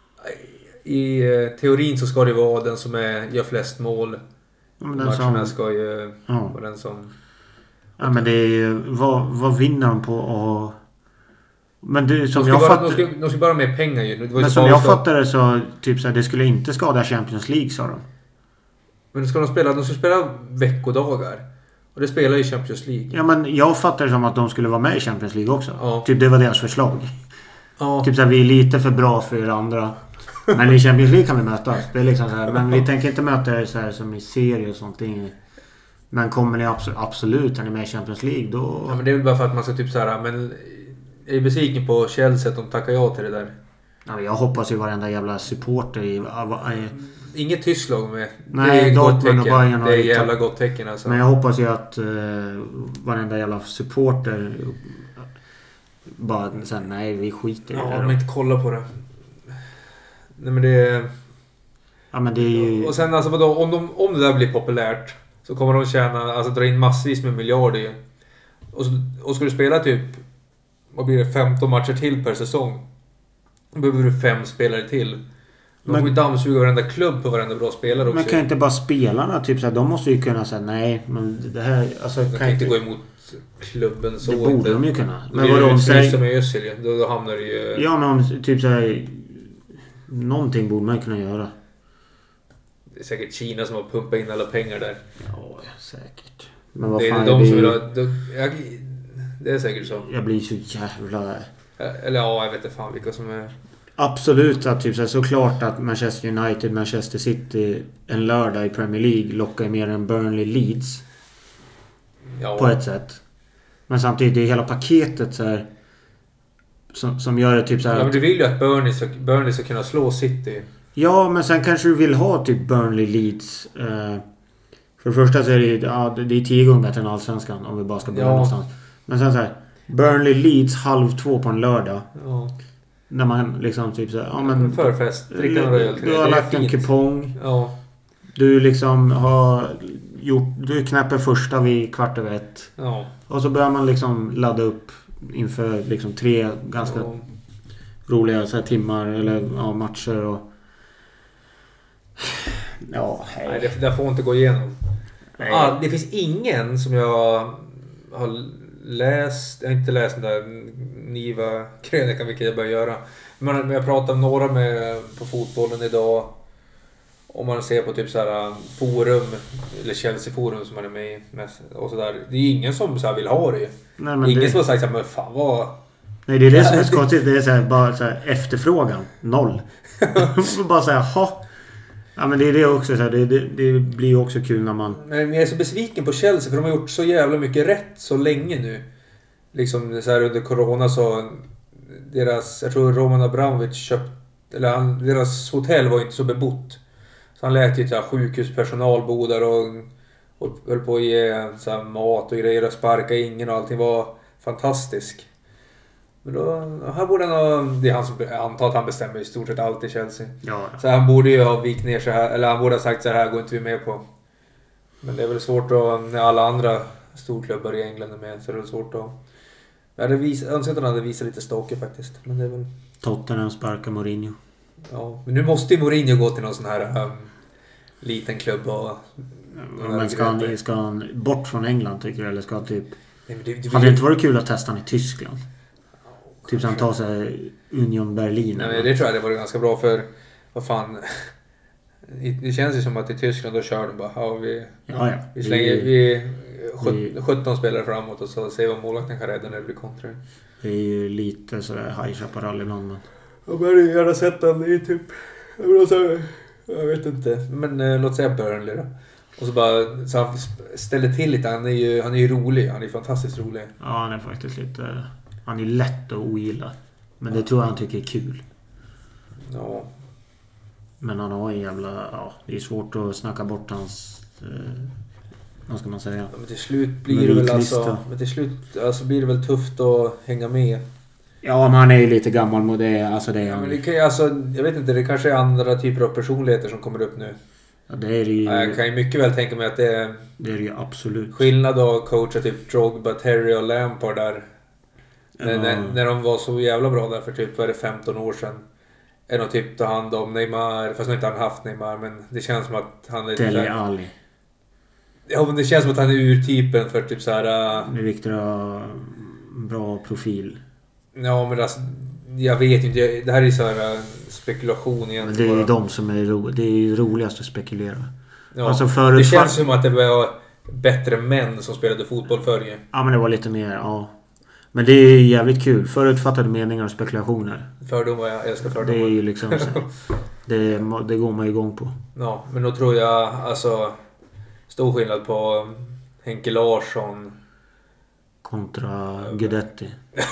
I teorin så ska det vara den som är, gör flest mål. Ja, men den matcherna som, ska ju ja. vara den som... Ja, men det är ju... Vad, vad vinner de på att... Men det, som de jag bara, fattar... De ska, de ska bara med pengar ju. Men som jag fattar det så... Typ så här, det skulle inte skada Champions League, sa de. Men ska de spela... De ska spela veckodagar. Och det spelar ju Champions League. Ja, men jag fattar det som att de skulle vara med i Champions League också. Ja. Typ det var deras förslag. Ja. Typ så här, vi är lite för bra för er andra. Men i Champions League kan vi mötas. Det är liksom så här, men vi tänker inte möta er så här som i serie och sånt. Men kommer ni absolut, absolut är ni med i Champions League då... Ja, men det är väl bara för att man ska typ så här, men jag är besviken på Chelsea att de tackar ja till det där. Ja, jag hoppas ju varenda jävla supporter i... i inget tyst lag med. Nej, det är gott tecken. Och det är jävla gott tecken alltså. Men jag hoppas ju att uh, varenda jävla supporter bara säger nej, vi skiter i ja, det. Ja, men inte kolla på det. Nej, men det... Ja, men det är ju... Och sen alltså vadå, om, de, om det där blir populärt så kommer de tjäna, alltså dra in massvis med miljarder. Och, och ska du spela typ, vad blir det, femton matcher till per säsong, då behöver du fem spelare till. De får ju dammsuga varenda klubb på varenda bra spelare också. Men kan inte bara spelarna typ så här, de måste ju kunna säga nej, men det här alltså de kan, kan inte gå emot klubben så. Det borde inte. de ju kunna. Men vad de säger som är Özil, då, då hamnar det ju... Ja, men om typ så här, någonting borde man kunna göra. Det är säkert Kina som har pumpat in alla pengar där. Ja, säkert. Men vad det fan är de blir... som vill ha... Det, jag, det är säkert så. Jag blir så jävla... Eller ja, jag vet inte fan vilka som är... Absolut att typ så här, såklart att Manchester United, Manchester City en lördag i Premier League lockar mer än Burnley Leeds. Ja. På ett sätt. Men samtidigt, det är hela paketet så här, som, som gör det typ så här. Ja, men du vill ju att Burnley ska, Burnley ska kunna slå City. Ja, men sen kanske du vill ha typ Burnley Leeds. Eh, för det första så är det, ja, det är tio gånger bättre än Allsvenskan om vi bara ska börja ja. någonstans. Men sen så här, Burnley Leeds halv två på en lördag. Ja. När man liksom typ så här, ja men... Förfest, dricka några öl till Du har lagt en kupong. Ja. Du liksom har gjort... Du knäpper första vid kvart över ett. Ja. Och så börjar man liksom ladda upp inför liksom tre ganska ja. roliga så här, timmar eller ja, matcher och... Ja, hej. Nej, det, det får inte gå igenom. Ah, det finns ingen som jag har läst, jag har inte läst den där Niva krönikan, vilket jag börjar göra. Men jag pratar med några med på fotbollen idag. Om man ser på typ så här forum eller Chelsea forum som man är med i och så där. Det är ingen som så här vill ha det. Nej, men ingen det... som har sagt så här, men fan vad... Nej, det är det som är skottigt. Det är så här, bara så här, efterfrågan. Noll. Bara så här, ha. Ja, men det är det också. Så här, det, det, det blir ju också kul när man... Men jag är så besviken på Chelsea för de har gjort så jävla mycket rätt så länge nu. Liksom så här under corona så... Deras, jag tror Roman Abramovich köpt... Eller han, deras hotell var inte så bebott. Så han lät ju till sjukhuspersonal bo där och, och höll på att ge så här, mat och grejer och sparka ingen och allting var fantastiskt. Men då, här borde han ha, det är han som antar att han bestämmer i stort sett allt i Chelsea. Ja. Så han borde ju ha vikt ner så här, eller han borde ha sagt så här, går inte vi med på. Men det är väl svårt att, när alla andra storklubbar i England är med, så är det väl svårt att... Jag hade vis, önskat att han hade visat lite ståker faktiskt, men det är väl... Tottenham sparkar Mourinho. Ja, men nu måste ju Mourinho gå till någon sån här um, liten klubb och... Ja, men ska han, ska han bort från England tycker du? Eller ska han typ... Nej, men det, det, hade det inte varit kul att testa han i Tyskland? Oh, typ så han tar sig Union Berlin. Nej, men det tror jag det var ganska bra för... Vad fan... Det känns ju som att i Tyskland då kör de bara... Ja, vi, ja, ja. vi slänger vi, vi, sjutton spelare framåt och så ser vi om målvakten kan rädda när det blir kontra. Det är ju lite sådär High Chaparral ibland, men... Ja, men jag hade sett den i typ... Jag vet inte. Men eh, låt säga Burnley då. Och så bara... Så han ställer till lite. Han är ju, han är ju rolig. Han är fantastiskt rolig. Ja, han är faktiskt lite... Han är lätt att ogilla. Men det tror jag han tycker är kul. Ja. Men han har en jävla... Ja, det är svårt att snacka bort hans... Eh, vad ska man säga? Ja, men till slut blir det väl alltså... Men till slut alltså, blir det väl tufft att hänga med. Ja, men han är ju lite gammal mot det. Alltså det är ja, han. Men det kan ju, alltså, jag vet inte, det kanske är andra typer av personligheter som kommer upp nu. Ja, det är det ju... Jag kan ju mycket väl tänka mig att det är... Det är det ju absolut. Skillnad att coacha typ Drogba, Terry och Lampard där. Ja. När, när, när de var så jävla bra där för typ, vad är det, femton år sedan. Än att typ ta hand om Neymar. Fast han inte har haft Neymar, men det känns som att han är... Dele Alli. Ja, men det känns som att han är urtypen för typ så här... Uh... Det är viktigt att ha bra profil. Ja, men alltså, jag vet inte. Det här är så här spekulation egentligen. Men det är ju de som är ro, det är ju roligast att spekulera. Ja, alltså förut det känns som att det var bättre män som spelade fotboll förr. Ja, men det var lite mer, ja. Men det är jävligt kul. Förutfattade meningar och spekulationer. Fördomar, jag älskar fördomar. Det är ju liksom så, det, det går man igång på. Ja, men då tror jag alltså stor skillnad på Henke Larsson kontra Guidetti.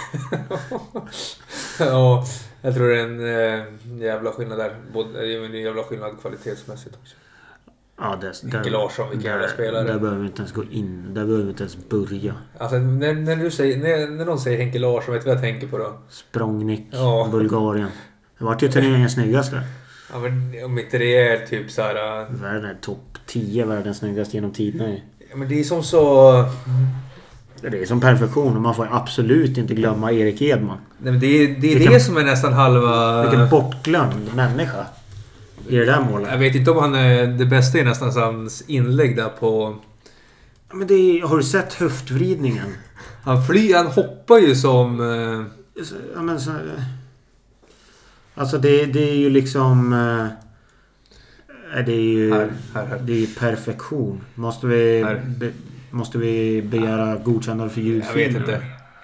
Ja, jag tror det är en äh, jävla skillnad där. Både, det är en jävla skillnad kvalitetsmässigt också. Ja, det, Henke Larsson, vilken jävla spelare. Där behöver vi inte ens gå in. Där behöver vi inte ens börja. Alltså, när, när, du säger, när, när någon säger Henke Larsson, vet du vad jag tänker på då? Språngnick, ja. Bulgarien. Det var ju turneringens snyggaste. Ja, men om inte det är typ så här... Uh... Världen är topp tio världens snyggaste genom tiderna. Ja, men det är som så... Det är som perfektion och man får absolut inte glömma Erik Edman. Nej, men det är det, är vilken, det som är nästan halva... Vilken bortglömd människa i det där målet. Jag vet inte om han är... Det bästa är nästan hans inlägg där på... Ja, men det är, har du sett höftvridningen? Han flyr, han hoppar ju som... Uh... Ja, men så, alltså det, det är ju liksom... Det är ju... Här, här, här. Det är perfektion. Måste vi... Be, måste vi begära godkännande för ljudfilm? Jag vet inte.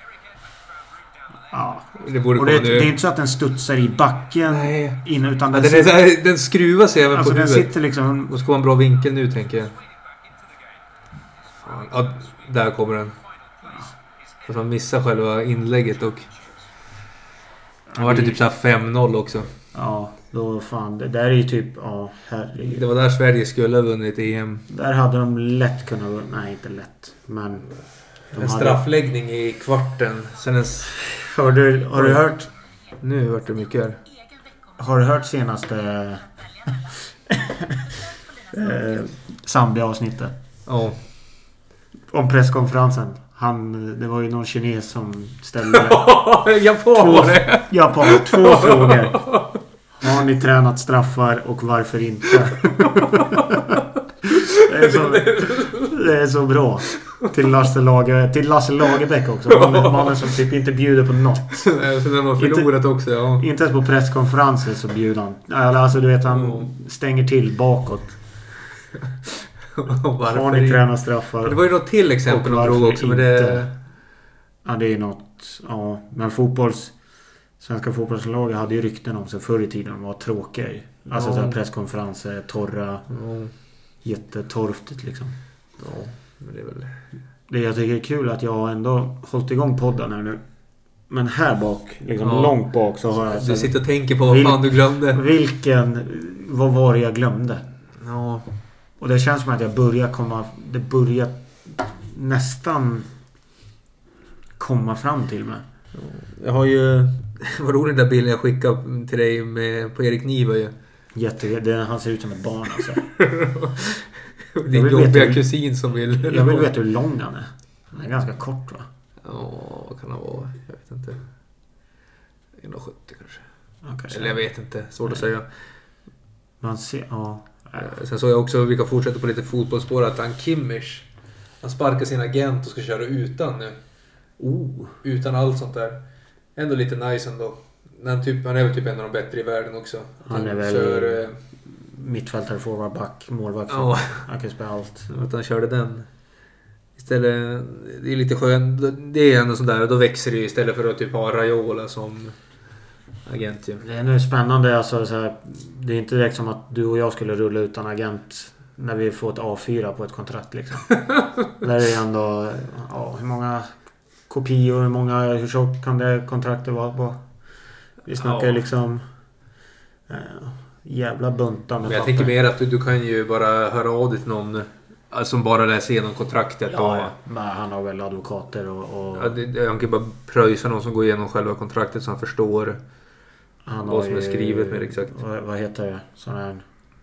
Ja. Det, borde och det, det är inte så att den studsar i backen. Nej. In, utan den, ja, den, sitter, är, den skruvar sig även alltså på den huvudet. Sitter liksom... Det ska vara en bra vinkel nu, tänker jag. Ja, där kommer den. Att man missar själva inlägget och... Det var det typ så här fem noll också. Ja, då fan. Det där är ju typ... Ja, herregud. Det var där Sverige skulle ha vunnit E M. Där hade de lätt kunnat vunna. Nej, inte lätt. Men... En hade... straffläggning i kvarten. Sen en... Har du, har du hört... Nu hört det mycket här. Har du hört senaste... eh, Zambia-avsnittet? Ja. Oh. Om presskonferensen. Han, det var ju någon kines som ställde... Japan var det! Japan, två frågor. Har ni tränat straffar och varför inte? Det är så, det är så bra. Till Lasse, Lager, till Lasse Lagerbäck också. Mannen, mannen som typ inte bjuder på något. Nej, så den har förlorat inte, också, ja. Inte ens på presskonferenser så bjuder han. Alltså du vet, han mm. stänger till bakåt. Har ni tränat straffar? Det var ju något till exempel de drog också. Men det... Ja, det är något... Ja, men fotbolls... Svenska fotbollslaget hade ju rykten om sig förr i tiden. De var tråkiga ju. Alltså ja. Så här presskonferenser, torra... Ja. Jättetorftigt liksom. Ja, men det är väl... Det jag tycker är kul att jag har ändå hållit igång podden här nu. Men här bak, liksom ja. Långt bak så har jag... Du sitter och tänker på vad vil- fan du glömde. Vilken... Vad var det jag glömde? Ja... Och det känns som att jag börjar komma... Det börjar nästan komma fram till mig. Jag har ju... Vad roligt den där bilden jag skickade till dig med, på Erik Niva ju. Jätte... Det, han ser ut som ett barn alltså. Din jobbiga kusin som vill... Jag vill veta hur lång han är. Han är ganska kort va? Ja, vad kan han vara? Jag vet inte. ett sjuttio kanske. Ja, kanske. Eller jag vet inte. Svårt att säga. Man ser... Ja... Sen såg jag också, vi kan fortsätta på lite fotbollsspår, att han Kimmich, han sparkar sin agent och ska köra utan nu. Oh. Utan allt sånt där. Ändå lite nice ändå. Han, typ, han är väl typ en av de bättre i världen också. Han, han är väl kör, eh, mittfältare, forward, back, målvakt. Ja. Han kan spela allt. Att han körde den. Istället, det är lite skönt. Det är ändå sånt där, och då växer det ju istället för att typ ha Raiola som agent ju. Det är nu spännande alltså, så här, det är inte direkt som att du och jag skulle rulla utan agent när vi får ett A fyra på ett kontrakt liksom. Där är det ändå ja, hur många kopior, hur många hur tjockt kan det kontraktet vara på? Vi snackar ja. liksom äh, jävla buntar med Men jag papper. tänker mer att du, du kan ju bara höra av dig till någon som bara läser igenom kontraktet. Ja, och, ja. Men han har väl advokater och... och... Ja, det, han kan bara pröjsa någon som går igenom själva kontraktet så han förstår han vad som ju, är skrivet med exakt. Vad, vad heter det? Sådana här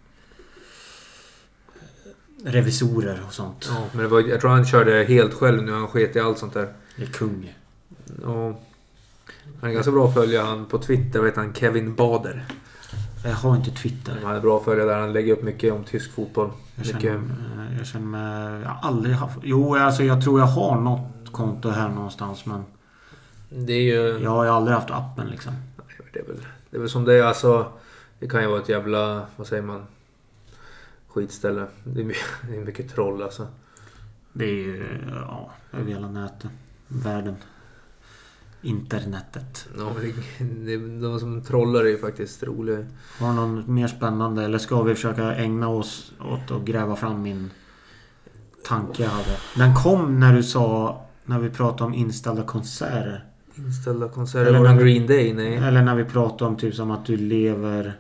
revisorer och sånt. Ja, men det var, jag tror han körde helt själv nu. Han sket i allt sånt där. Det är kung. Ja. Han är ganska bra att följa. Han på Twitter vet han Kevin Bader. Jag har inte Twitter. Han är bra att följa där. Han lägger upp mycket om tysk fotboll. Jag mycket. känner, jag känner mig... Jag har aldrig haft... Jo, alltså jag tror jag har något konto här någonstans, men... Det är ju... Jag har ju aldrig haft appen liksom. Det är väl, det är väl som det är. Alltså, det kan ju vara ett jävla... Vad säger man? Skitställe. Det är mycket, det är mycket troll alltså. Det är ju... Ja, över hela nätet. Världen. Internetet. Ja, det, det, de som trollar är ju faktiskt roliga. Har någon mer spännande? Eller ska vi försöka ägna oss åt att gräva fram min tanke jag hade? Den kom när du sa... När vi pratade om inställda konserter. Inställda konserter? Eller var det Green Day? Nej. Eller när vi pratade om typ som att du lever...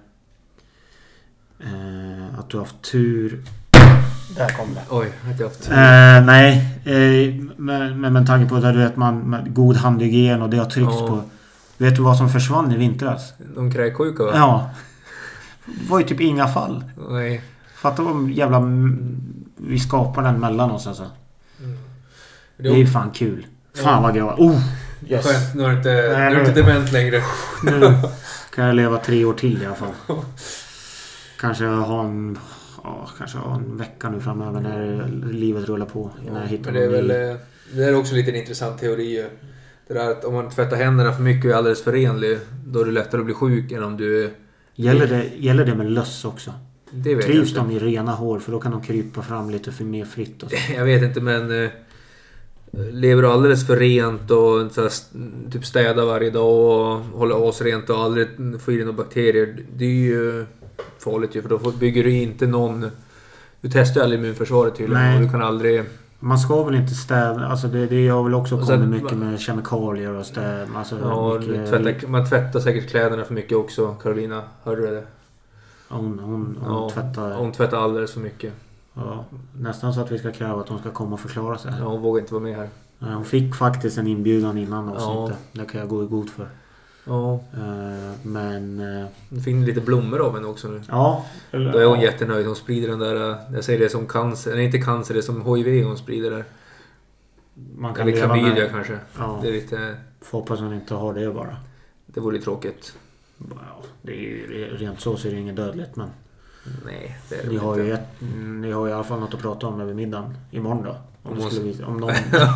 Eh, att du har haft tur... Där kom det. Oj, att jag haft tur. Eh, nej, eh, men, men med tanke på att du vet man med god handhygien och det har tryckts ja. på. Vet du vad som försvann i vintras? De kräksjuka va? Ja. Det var ju typ inga fall. Nej. Fattar vad jävla vi skapar den mellan oss alltså. Mm. Det är ju fan kul. Fan ja. vad glad. Oh, yes. Skönt, nu är det inte, nej, nu är det inte dement längre. Nu kan jag leva tre år till i alla fall. Kanske ha en Ja, kanske en vecka nu framöver när livet rullar på. När jag hittar men det är väl det är också lite en intressant teori. Det där att om man tvättar händerna för mycket och är alldeles förenlig, då är det lättare att bli sjuk än om du... Gäller det, gäller det med löss också? Det vet Trivs jag de i rena hår? För då kan de krypa fram lite för mer fritt. Och så. Jag vet inte, men... Eh, lever du alldeles för rent och så här, typ städar varje dag och håller oss rent och aldrig får i dig några bakterier, det är ju... farligt ju, för då bygger du inte någon... Du testar ju aldrig immunförsvaret tydligen och du kan aldrig... Man ska väl inte städa. Alltså det, det har väl också kommit mycket man, med kemikalier och städ. Alltså ja, mycket, tvättar, man tvättar säkert kläderna för mycket också. Carolina, hörde du det? Hon, hon, hon, ja, tvättar... hon tvättar alldeles för mycket. Ja, nästan så att vi ska kräva att hon ska komma och förklara sig. Ja, hon vågar inte vara med här. Ja, hon fick faktiskt en inbjudan innan avsnittet. Ja. Det kan jag gå i god för. Ja. Uh, men... Uh, det finns lite blommor av henne också nu. Ja. Eller, Då är hon ja. jättenöjd. Hon sprider den där... Jag säger det som cancer. Nej, inte cancer. Det är som H I V hon sprider där. Man kan Eller leva klamydia med... kanske. Ja. Det är lite... Får hoppas hon inte har det bara. Det vore tråkigt. Ja, det är ju, rent så så är det inget dödligt, men... Nej, det är det ni har, inte. ju ett, ni har ju i alla fall något att prata om över middagen imorgon då. Om, måste... vi, om någon...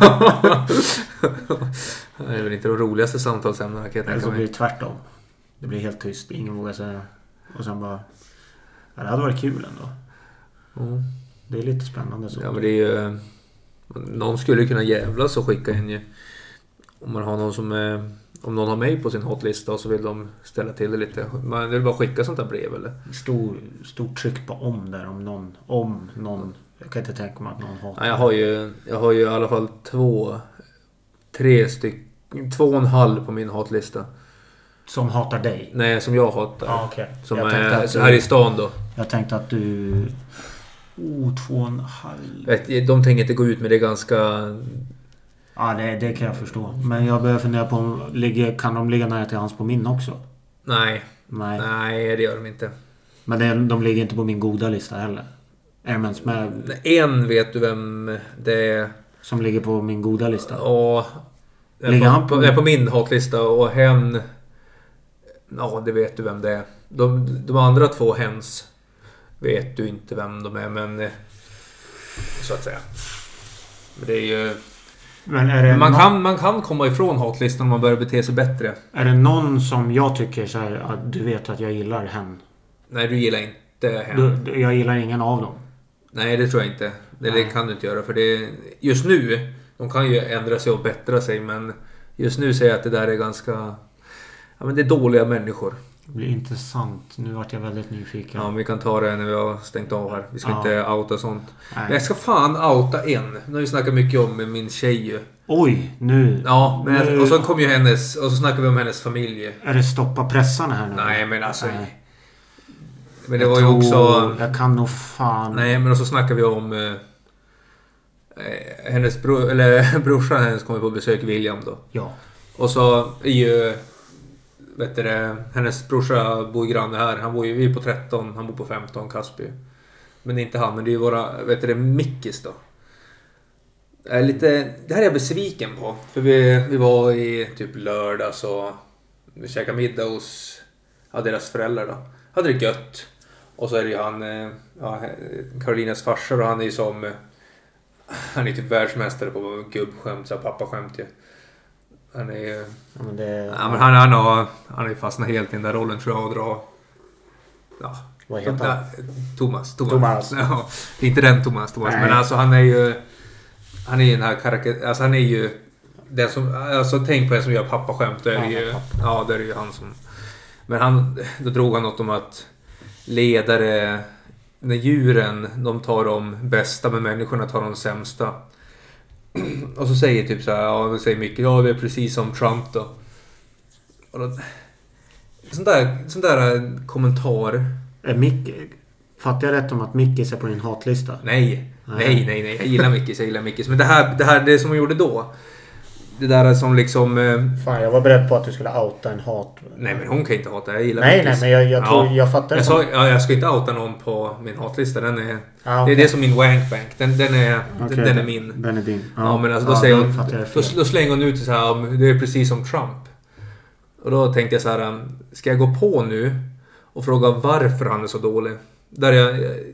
det är väl inte de roligaste samtalsämnena, kan jag tänka Eller så mig. blir det tvärtom. Det blir helt tyst. Ingen vågar säga. Och sen bara... Ja, det hade varit kul ändå. Mm. Det är lite spännande så. Ja, men det är ju... Någon skulle kunna jävlas och skicka in ju. Om man har någon som är... Om någon har mig på sin hotlista och så vill de ställa till det lite. Man vill bara skicka sånt där brev eller? Stor, stor tryck på om där. Om någon... Om någon... Jag kan inte tänka mig att någon hatar. Ja, jag har ju... Jag har ju i alla fall två... Tre stycken... Två och en halv på min hatlista. Som hatar dig? Nej, som jag hatar. Ah, okay. Som jag är att du, här i stan då. Jag tänkte att du... Oh, två och en halv... Vet, de tänker inte gå ut med det ganska... Ja, det, det kan jag förstå. Men jag börjar fundera på om ligger, kan de ligga nära till hans på min också? Nej. Nej. Nej, det gör de inte. Men det, de ligger inte på min goda lista heller. Är de ens med? En vet du vem det är. Som ligger på min goda lista? Ja. Ligger på, han på, på, är på min hatlista och hen... Ja, det vet du vem det är. De, de andra två hens vet du inte vem de är, men... Så att säga. Men det är ju... Men är det man, någon, kan, man kan komma ifrån hatlistan om man börjar bete sig bättre. Är det någon som jag tycker så här, att du vet att jag gillar hen? Nej, du gillar inte hen. Du, jag gillar ingen av dem. Nej, det tror jag inte. Det, det kan du inte göra. För det, just nu, de kan ju ändra sig och bättra sig. Men just nu säger jag att det där är ganska... Ja, men det är dåliga människor. Det blir intressant. Nu vart jag väldigt nyfiken. Ja, men vi kan ta det när vi har stängt av här. Vi ska ja. inte outa sånt. Nej. Men jag ska fan outa en. Nu har vi snackat mycket om min tjej. Oj, nu... Ja, men, nu, och så kom ju hennes... Och så snackar vi om hennes familj. Är det stoppa pressarna här nu? Nej, men alltså... Nej. Men det jag var ju tror, också... Jag kan nog fan... Nej, men så snackar vi om... Eh, hennes bro, eller brorsan hennes kommer på besök, William då. Ja. Och så är ju... Vet du det, hennes brorsa bor ju granne här. Han bor ju, vi är på tretton, han bor på femton, Kasby. Men inte han, men det är ju våra, vet du det, Mickis då. Är lite, det här är jag besviken på. För vi, vi var i typ lördags och vi käkade middag hos ja, deras föräldrar då. Hade det gött. Och så är det ju han, ja, Karolinas farsa och han är ju som, han är typ världsmästare på gubbskämt, så pappaskämt ju. Han är ju... Ja, men det... Ja, men han, han har han har ju fastnat helt i den där rollen tror jag och dra... Ja. Vad heter han? Thomas. Thomas. Thomas. Ja, det är inte den Thomas, Thomas. Nej. Men alltså han är ju... Han är ju den här karaktär... Alltså han är ju... Den som... Alltså tänk på en som gör pappaskämt. Det är Ja, ju... pappa. Ja, det är ju han som... Men han... Då drog han något om att... Ledare... När djuren, de tar de bästa, men människorna tar de sämsta. Och så säger typ så här, ja, det säger mycket, ja det är precis som Trump då. Och då sån där, sån där kommentar. Är Mick, fattar jag rätt om att Mickis är på din hatlista? Nej, nej, nej, nej, nej. Jag gillar Mickis, jag gillar Mickis. Men det här, det här, det som hon gjorde då. Det där som liksom... Eh, Fan, jag var beredd på att du skulle outa en hat. nej, men hon kan inte hata, jag gillar Nej, Mickis. nej, men jag, jag tror, ja. jag fattar Jag, som... sa, ja, jag ska inte outa någon på min hatlista, den är... Ah, okay. Det är det som min wankbank, den, den, är, okay, den, den är min. Den är din. Ja, ja men alltså då ja, säger då hon, fattar jag då, fel. då slänger hon ut så här, det är precis som Trump. Och då tänkte jag så här, ska jag gå på nu och fråga varför han är så dålig? Där jag,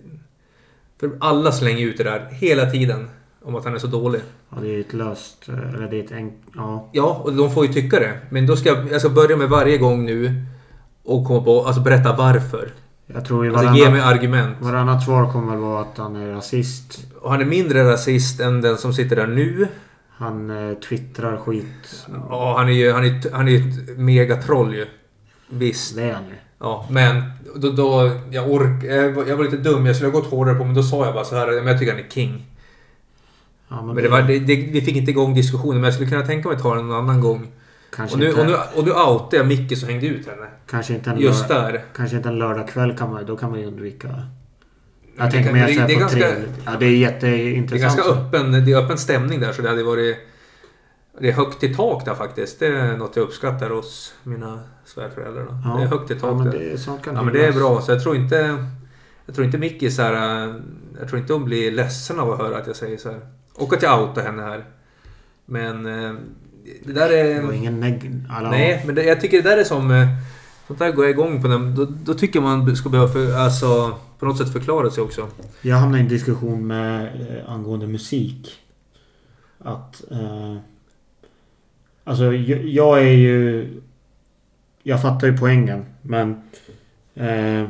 för alla slänger ut det där hela tiden om att han är så dålig. Ja, det är ett löst, eller det är ett enk... Ja. Ja, och de får ju tycka det. Men då ska jag, jag ska börja med varje gång nu och komma på, alltså berätta varför. Jag tror ju alltså varannat, ge mig argument. Varannat svar kommer väl vara att han är rasist. Och han är mindre rasist än den som sitter där nu. Han eh, twittrar skit. Ja, han är ju han är, han är ett megatroll ju. Visst. Det är han ju. Ja, men då, då jag ork, jag var lite dum, jag skulle ha gått hårdare på, men då sa jag bara så här, men jag tycker han är king. Ja, men men det var, det, det, vi fick inte igång diskussionen, men jag skulle kunna tänka mig att ta den någon annan gång. Och nu, och, nu, och nu outar jag Micke som hängde ut henne. Kanske inte en Just lördag, där. Kanske inte en lördagkväll kan man, då kan man ju undvika. Jag det tänker kan, mer det, så här det på ganska, tre. Ja, det är jätteintressant. Det är ganska öppen, det är öppen stämning där, så det hade varit... Det är högt i tak där faktiskt. Det är något jag uppskattar hos mina svärföräldrar. Ja. Det är högt i tak ja, men där. Det är, sånt kan ja, men det är bra. Så jag tror inte... Jag tror inte Micke är så här... Jag tror inte hon blir ledsen av att höra att jag säger så här. Och att jag outar henne här. Men... Det där är... Det var ingen neg- alla... Nej, men det, jag tycker det där är som... Sånt där går jag igång på den. Då, då tycker man ska behöva för, alltså, på något sätt förklara sig också. Jag hamnade i en diskussion med eh, angående musik. Att... Eh, alltså, jag, jag är ju... Jag fattar ju poängen. Men... Eh,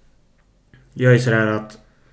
jag är sådär att...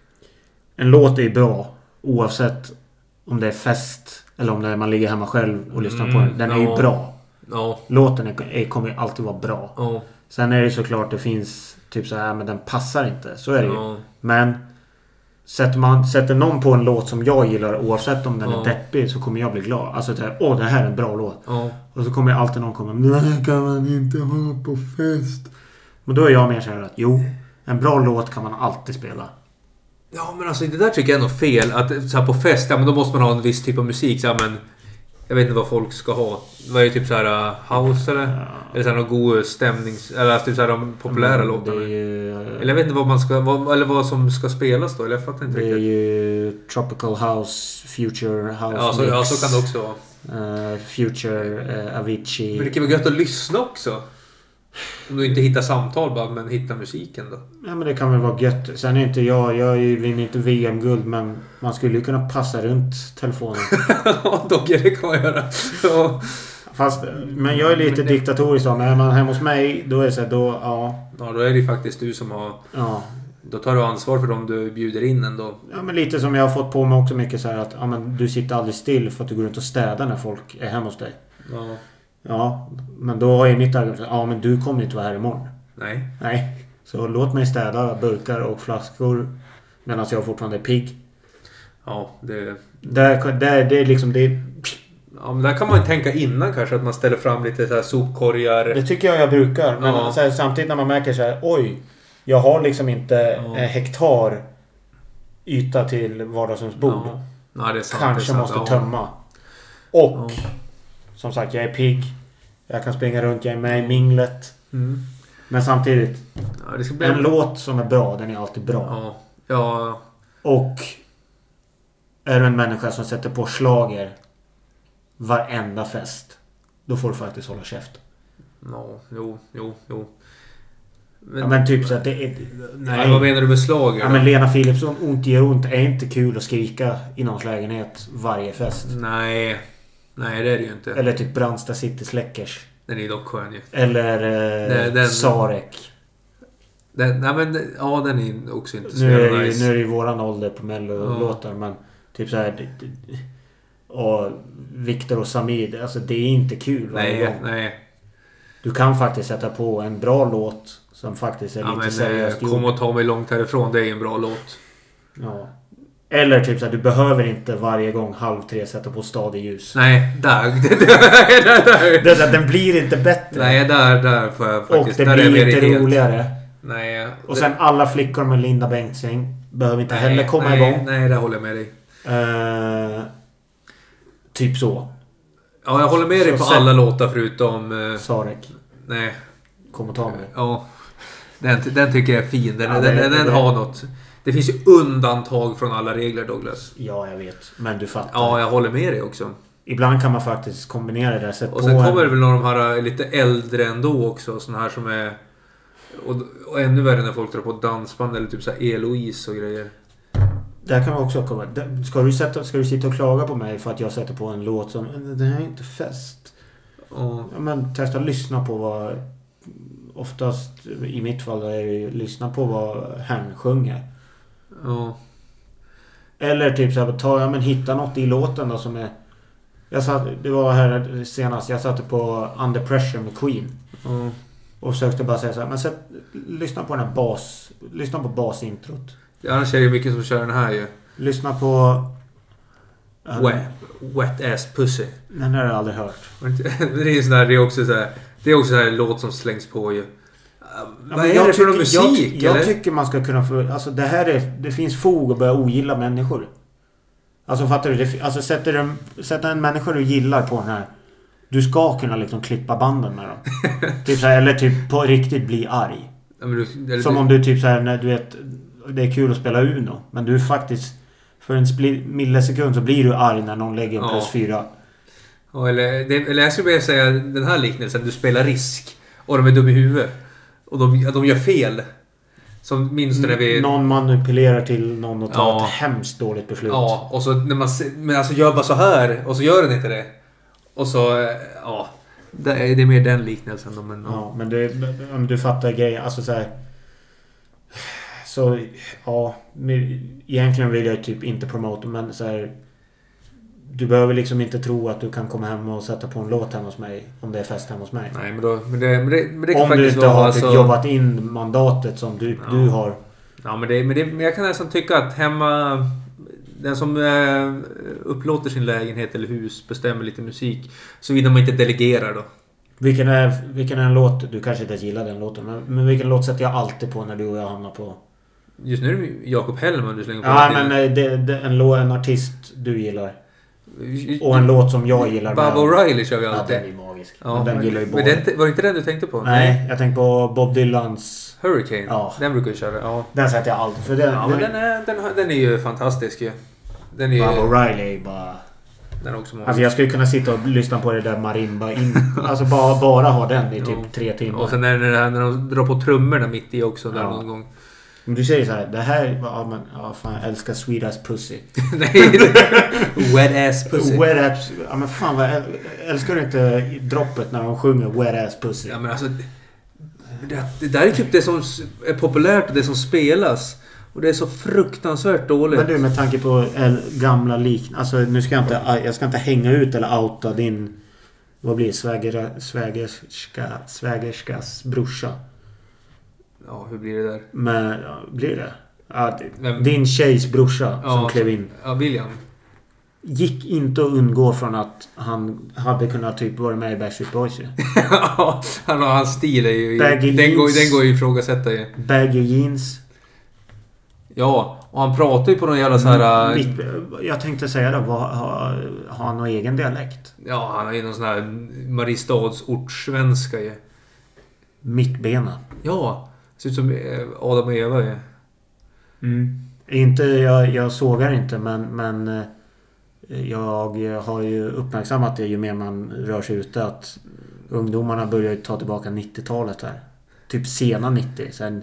En låt är ju bra. Oavsett om det är fest. Eller om det är man ligger hemma själv och lyssnar mm, på den. Den är ja. ju bra. Ja. Låten är, är, kommer ju alltid vara bra. Ja. Sen är det såklart det finns typ så här, men den passar inte. Så är det ja. ju. Men sätter man sätter någon på en låt som jag gillar, oavsett om den ja. är deppig, så kommer jag bli glad. Alltså det här, åh, det här är en bra låt. Ja. Och så kommer alltid någon komma, nej, kan man inte ha på fest. Men då är jag mer så här att, jo, en bra låt kan man alltid spela. Ja, men alltså det där tycker jag är nog fel. Att så här, på fest, ja men då måste man ha en viss typ av musik. Så här, men jag vet inte vad folk ska ha. Vad är det, typ så här house eller? Ja. Eller så här någon god stämnings... Eller typ så här de populära mm, låtarna. Ju, eller jag vet inte vad man ska... Vad, eller vad som ska spelas då. Eller jag fattar inte det riktigt. Det är ju Tropical House, Future House ja så, ja, så kan det också vara. Uh, future, uh, Avicii. Men det kan vara gött att lyssna också. Om du inte hittar samtal bara, men hittar musiken då. Ja, men det kan väl vara gött. Sen är inte jag, jag vinner inte V M-guld, men man skulle ju kunna passa runt telefonen. Ja, då det kan man göra. Ja. Fast, men jag är lite det... diktatorisk då. Men är man hemma hos mig, då är det så här, då, ja. Ja, då är det faktiskt du som har... Ja. Då tar du ansvar för dem du bjuder in ändå. Ja, men lite som jag har fått på mig också mycket så här att ja, men du sitter aldrig still för att du går runt och städar när folk är hemma hos dig. Ja. Ja, men då är mitt argument, ja men du kommer inte vara här imorgon. Nej. Nej, så låt mig städa burkar och flaskor medan jag fortfarande är pigg. Ja, det... Där, där, det är liksom det... Ja, men där kan man tänka innan kanske att man ställer fram lite så här sopkorgar. Det tycker jag jag brukar, men ja. så här, samtidigt när man märker så här, oj, jag har liksom inte ja. en hektar yta till vardagsrumsbord. Ja. Ja, det är sant, kanske det är sant. måste ja. tömma. Och... Ja. Som sagt, jag är pigg. Jag kan springa runt, jag är med i minglet. Mm. Men samtidigt, ja, det ska bli en låt som är bra, den är alltid bra. Ja. Ja. Och är du en människa som sätter på slager varenda fest, då får du faktiskt hålla käft. Ja, jo, jo, jo. Men, ja, men typ så att det är... Nej. Ja, vad menar du med slager? Ja, men Lena Philipsson, ont ger ont, är inte kul att skrika i någons lägenhet varje fest. Nej. Nej, det är det ju inte. Eller typ Brandsta City Släckers. Den är dock skön ju. Eller eh, den, den, Sarek. Den, nej men, ja, den är också inte så nu är, nice. Nu är det ju våran ålder på Mello-låtar, ja. Men typ så här... Och Victor och Samir, alltså det är inte kul. Nej, nej. Du kan faktiskt sätta på en bra låt som faktiskt är ja, lite men, seriöst. Kom och ta mig långt härifrån, det är en bra låt. Ja. Eller typ så här, du behöver inte varje gång halv tre sätta på stadig ljus. Nej, där. där, där. Det är så att den blir inte bättre. Nej, där, där får jag faktiskt. Och det där blir inte roligare. Nej. Och det... sen alla flickor med Linda Bengtzing behöver inte nej, heller komma nej, igång. Nej, det håller jag med dig. Uh, typ så. Ja, jag håller med så, dig på sen... alla låtar förutom... Uh... Sarek. Nej. Kom och ta mig. Ja. Den, den tycker jag är fin. Den, ja, den, det, den, den det, har något... Det finns ju undantag från alla regler, Douglas. Ja, jag vet. Men du fattar. Ja, jag håller med dig också. Ibland kan man faktiskt kombinera det. Sätt och sen på kommer en... det väl några de här lite äldre ändå också. Såna här som är... Och, och ännu värre när folk drar på dansband eller typ så här Eloise och grejer. Där kan man också komma. Ska du, sätta, ska du sitta och klaga på mig för att jag sätter på en låt som... Det här är inte fest. Ja. Ja, men testa att lyssna på vad... Oftast i mitt fall är det lyssna på vad hen sjunger. Ja. Eller typ så här, ta, ja, men hitta något i låten då som är... Jag satt, det var här senast, jag satte på Under Pressure med Queen. Mm. Och försökte bara säga så här, men sätt, lyssna på den här bas, lyssna på basintrot. Ja, annars är det mycket som kör den här ju. Lyssna på Wet, wet ass pussy. Den har jag aldrig hört. Det är sån här, det är också så här, det är också så här låt som slängs på ju. Ja, vad är det för någon musik? Jag, jag eller? tycker man ska kunna få... Alltså det här är... Det finns fog att börja ogilla människor. Alltså fattar du? Det, alltså sätter en, sätter en människa du gillar på den här... Du ska kunna liksom klippa banden med dem. Typ så här, eller typ på riktigt bli arg. Ja, men du, eller Som du, om du typ så här, när du vet... Det är kul att spela Uno. Men du är faktiskt... För en spli- millisekund så blir du arg när någon lägger en Ja. plus fyra. ja, eller, det, eller jag skulle vilja säga den här liknelsen. Du spelar risk. Och de är dum i huvudet. Och de, de gör fel. Som minst när vi... Någon manipulerar till någon och tar Ja. ett hemskt dåligt beslut. Ja, och så när man se- men alltså gör bara så här. Och så gör den inte det. Och så... eh, Ja. Det är, det är mer den liknelsen. Då, men, ja. Ja, men det, om du fattar grejen, alltså så här. Så ja, men egentligen vill jag typ inte promota, men så här. Du behöver liksom inte tro att du kan komma hem och sätta på en låt hemma hos mig om det är fest hemma hos mig. Nej, men, då, men, det, men, det, men det kan Om du faktiskt inte vara... har typ Alltså, jobbat in mandatet som du, Ja. du har. ja, men, det, men, det, men jag kan nästan tycka att hemma... Den som eh, upplåter sin lägenhet eller hus bestämmer lite musik. Såvida man inte delegerar då. Vilken är, vilken är en låt, du kanske inte gillar den låten, men, men vilken låt sätter jag alltid på när du och jag hamnar på? Just nu är det Jakob Hellman du slänger på. Ja, till. men eh, det, det, en, lå, en artist du gillar. Och en låt som jag gillar. Baba O'Reilly kör vi Ja, alltid. den är magisk. Ja, men den men, gillar ju men båda. det, var det inte den du tänkte på? Nej, jag tänkte på Bob Dylans. Hurricane. Ja. Den brukar jag köra. Ja, Den sätter jag alltid. För den, ja men den är, den, har- den är ju fantastisk ju. Den är ju... Baba O'Reilly är bara... Den är också magisk. Alltså jag skulle kunna sitta och lyssna på det där marimba in. Alltså bara, bara ha den i typ Ja. tre timmar. Och sen är det här när de drar på trummorna mitt i också där Ja. någon gång. Men du säger så här, det här... Ja, men, ja, fan, jag älskar Sweet Ass Pussy. Nej, wet ass pussy. Wet Ass... Ja, men fan vad... Älskar du inte droppet när de sjunger Wet Ass Pussy? Ja, men alltså, det, det där är typ det som är populärt och det som spelas. Och det är så fruktansvärt dåligt. Men du, med tanke på äl- gamla lik... Alltså nu ska jag inte... Jag ska inte hänga ut eller outa din... Vad blir det? Sväger, svägerska, svägerskas brorsa. Ja, hur blir det där? Men... Ja, blir det? Ja, Vem? din tjejs brorsa som Ja, klev in. Ja, William. Gick inte att undgå från att han hade kunnat typ vara med i Backstreet Boys ju. Ja, han och hans stil är ju... Baggy Den går, jeans. den går ju att ifrågasätta ju. Baggy jeans. Ja, och han pratar ju på någon jävla så här... Mitt, jag tänkte säga det. Har, har, har han någon egen dialekt? Ja, han har ju någon sån här Mariestads ortssvenska ju. Mittbena. Ja, ser ut som eh, Adam och Eva ju. Mm. Inte, jag, jag sågar inte men, men eh, jag har ju uppmärksammat det ju mer man rör sig ute att ungdomarna börjar ju ta tillbaka nittiotalet här. Typ sena nittio. Sen,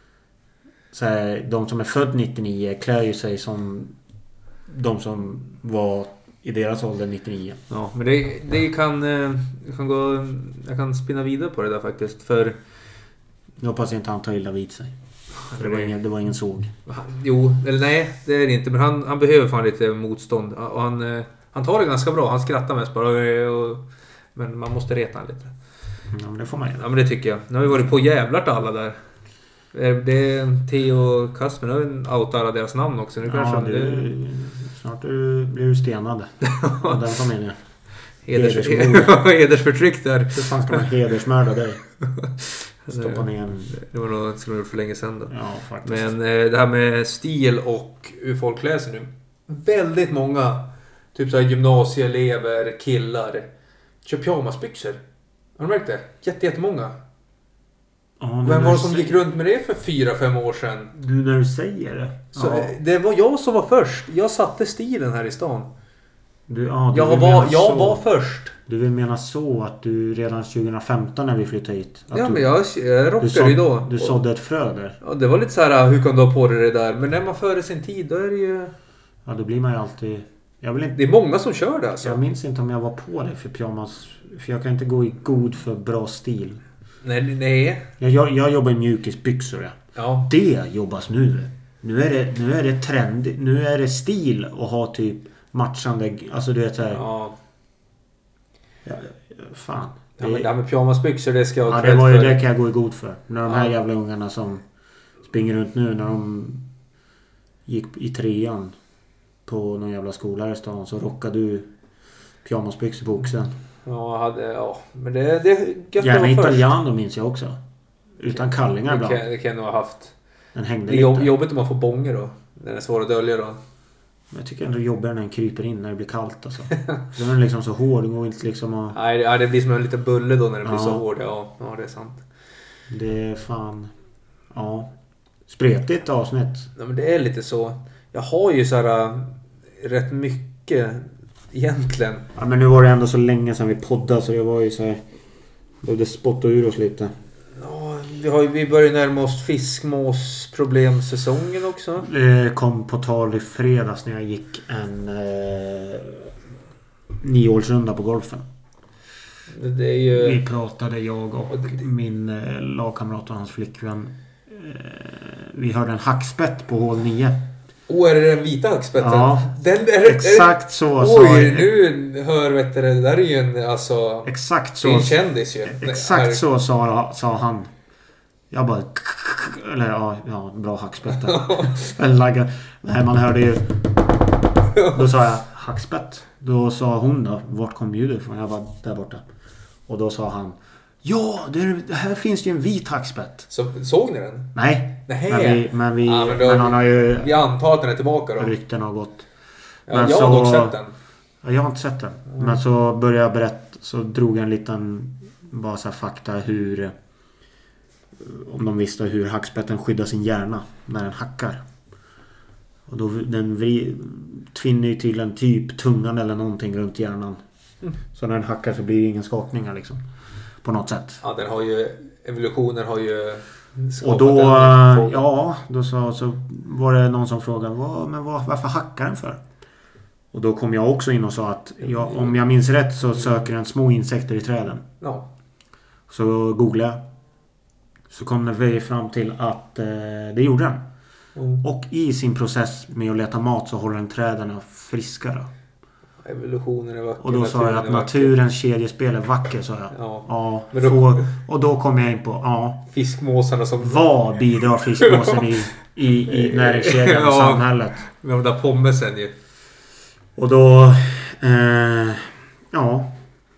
så här, de som är född nittionio klär ju sig som de som var i deras ålder nittionio. Ja, men det, det kan, eh, jag kan gå... Jag kan spinna vidare på det där faktiskt. För... Jag hoppas inte han tar illa vid sig. För det var ingen, det var ingen såg. Han, jo, eller nej, det är det inte. Men han, han behöver fan lite motstånd. Och han, eh, han tar det ganska bra. Han skrattar mest bara. Och, men man måste reta han lite. Ja, men det får man ju. Ja, men det tycker jag. Nu har vi varit på jävlar till alla där. Det är Theo och Kasper. Nu har vi outat alla deras namn också. Nu Ja, kanske du, det... snart du, blir du stenad. Av den familjen. Heders, hedersmord. hedersförtryck där. Hur fan ska man hedersmörda dig? Stoppa ner en... Det var nog skulle gjort för länge sedan då. Ja, faktiskt. Men eh, det här med stil och hur folk klär sig nu. Väldigt många typ så här gymnasieelever, killar kör pyjamasbyxor. Har du märkt det? Jätte, jättemånga. Ja, Vem var det som gick runt med det för fyra, fem år sedan? Du, när du säger det. Så, ja. eh, Det var jag som var först. Jag satte stilen här i stan. Du, ja, du Jag vill var, mena jag så. var först. Du vill mena så att du redan tjugohundrafemton när vi flyttade hit. Att Ja, du, men jag, jag du, rockade såd, ju då. du sådde ett frö där. Ja, det var lite så här, hur kan du ha på dig det där? Men när man före sin tid, då är det ju... Ja, då blir man ju alltid... Jag vill inte... Det är många som kör det alltså. Jag minns inte om jag var på det för pyjamas. För jag kan inte gå i god för bra stil. Nej, nej. Jag, jag, jag jobbar i mjukisbyxor. Ja. Ja. Det jobbas nu. Nu är det, nu är det trend. Nu är det stil att ha typ matchande... Alltså du vet såhär... Ja. Ja, fan. Ja, men det här med pyjamasbyxor, det ska jag ha Ja, cred det var ju för. det kan jag gå i god för. När de här Ja. jävla ungarna som springer runt nu när de gick i trean. på någon jävla skola i stan så rockade du pyjamasbyxor på oxen. Ja, hade, ja. Men det, det gärna italiano minns jag också. Utan kallingar ibland. Det kan, det kan jag nog ha haft. Den hängde det är lite. jobbigt om man får bånger då. När det är svårt att dölja då. Men jag tycker ändå det är jobbigare när den kryper in när det blir kallt. Alltså. Den är liksom så hård. Den går inte liksom att... Nej, det, det blir som en liten bulle då när den ja. blir så hård. Ja, ja, det är sant. Det är fan... Ja. Spretigt avsnitt. Ja, men det är lite så. Jag har ju så här äh, rätt mycket egentligen. Ja, men nu var det ändå så länge sedan vi poddade så jag var ju så här... Behövde spotta ur oss lite. Ja, vi, har ju, vi börjar närma oss fiskmåsproblemsäsongen också. Det kom på tal i fredags när jag gick en eh, nioårsrunda på golfen. Det är ju... Vi pratade, jag och det... min eh, lagkamrat och hans flickvän. Eh, vi hörde en hackspett på hål nio. Åh, oh, är det den vita hackspetten? Ja, den, är det, exakt är så. Oj, så, nu hör vet du, det där är ju en, alltså... Exakt så. Det är en kändis ju. Exakt här. Så sa, sa han. Jag bara... Eller ja, ja bra hackspett. Eller lagga. Nej, man hörde ju... Då sa jag hackspett. Då sa hon då, vart kom ljudet ifrån? Jag var där borta. Och då sa han... Ja, det, det här finns ju en vit hackspett. Så, såg ni den? Nej. Nej. Men vi... Men, vi, ja, men, då, men han har ju... Vi antar att den är tillbaka då. Rykten har gått. Ja, jag så, har dock sett den. Ja, jag har inte sett den. Mm. Men så började jag berätta... Så drog jag en liten... Bara så här fakta hur... Om de visste hur hackspetten skyddar sin hjärna när den hackar. Och då den vri, tvinner ju till en typ tungan eller någonting runt hjärnan. Mm. Så när den hackar så blir det ingen skakningar liksom. På något sätt. Ja, den har ju... Evolutionen har ju... Och då... Ja, då så, så var det någon som frågade vad, men vad, varför hackar den för? Och då kom jag också in och sa att ja, om jag minns rätt så söker den små insekter i träden. Ja. Så googlade jag. Så kom vi fram till att eh, det gjorde den. Mm. Och i sin process med att leta mat så håller den träden friska då. Evolutionen är vacker. Och då sa jag att naturens kedjespel är vacker, sa jag. Ja. Ja, men då, får, och då kom jag in på ja, fiskmåsarna som... Vad bidrar fiskmåsen i, i, i näringskedjan och ja, samhället? Med de där pommesen ju. Och då... Eh, ja...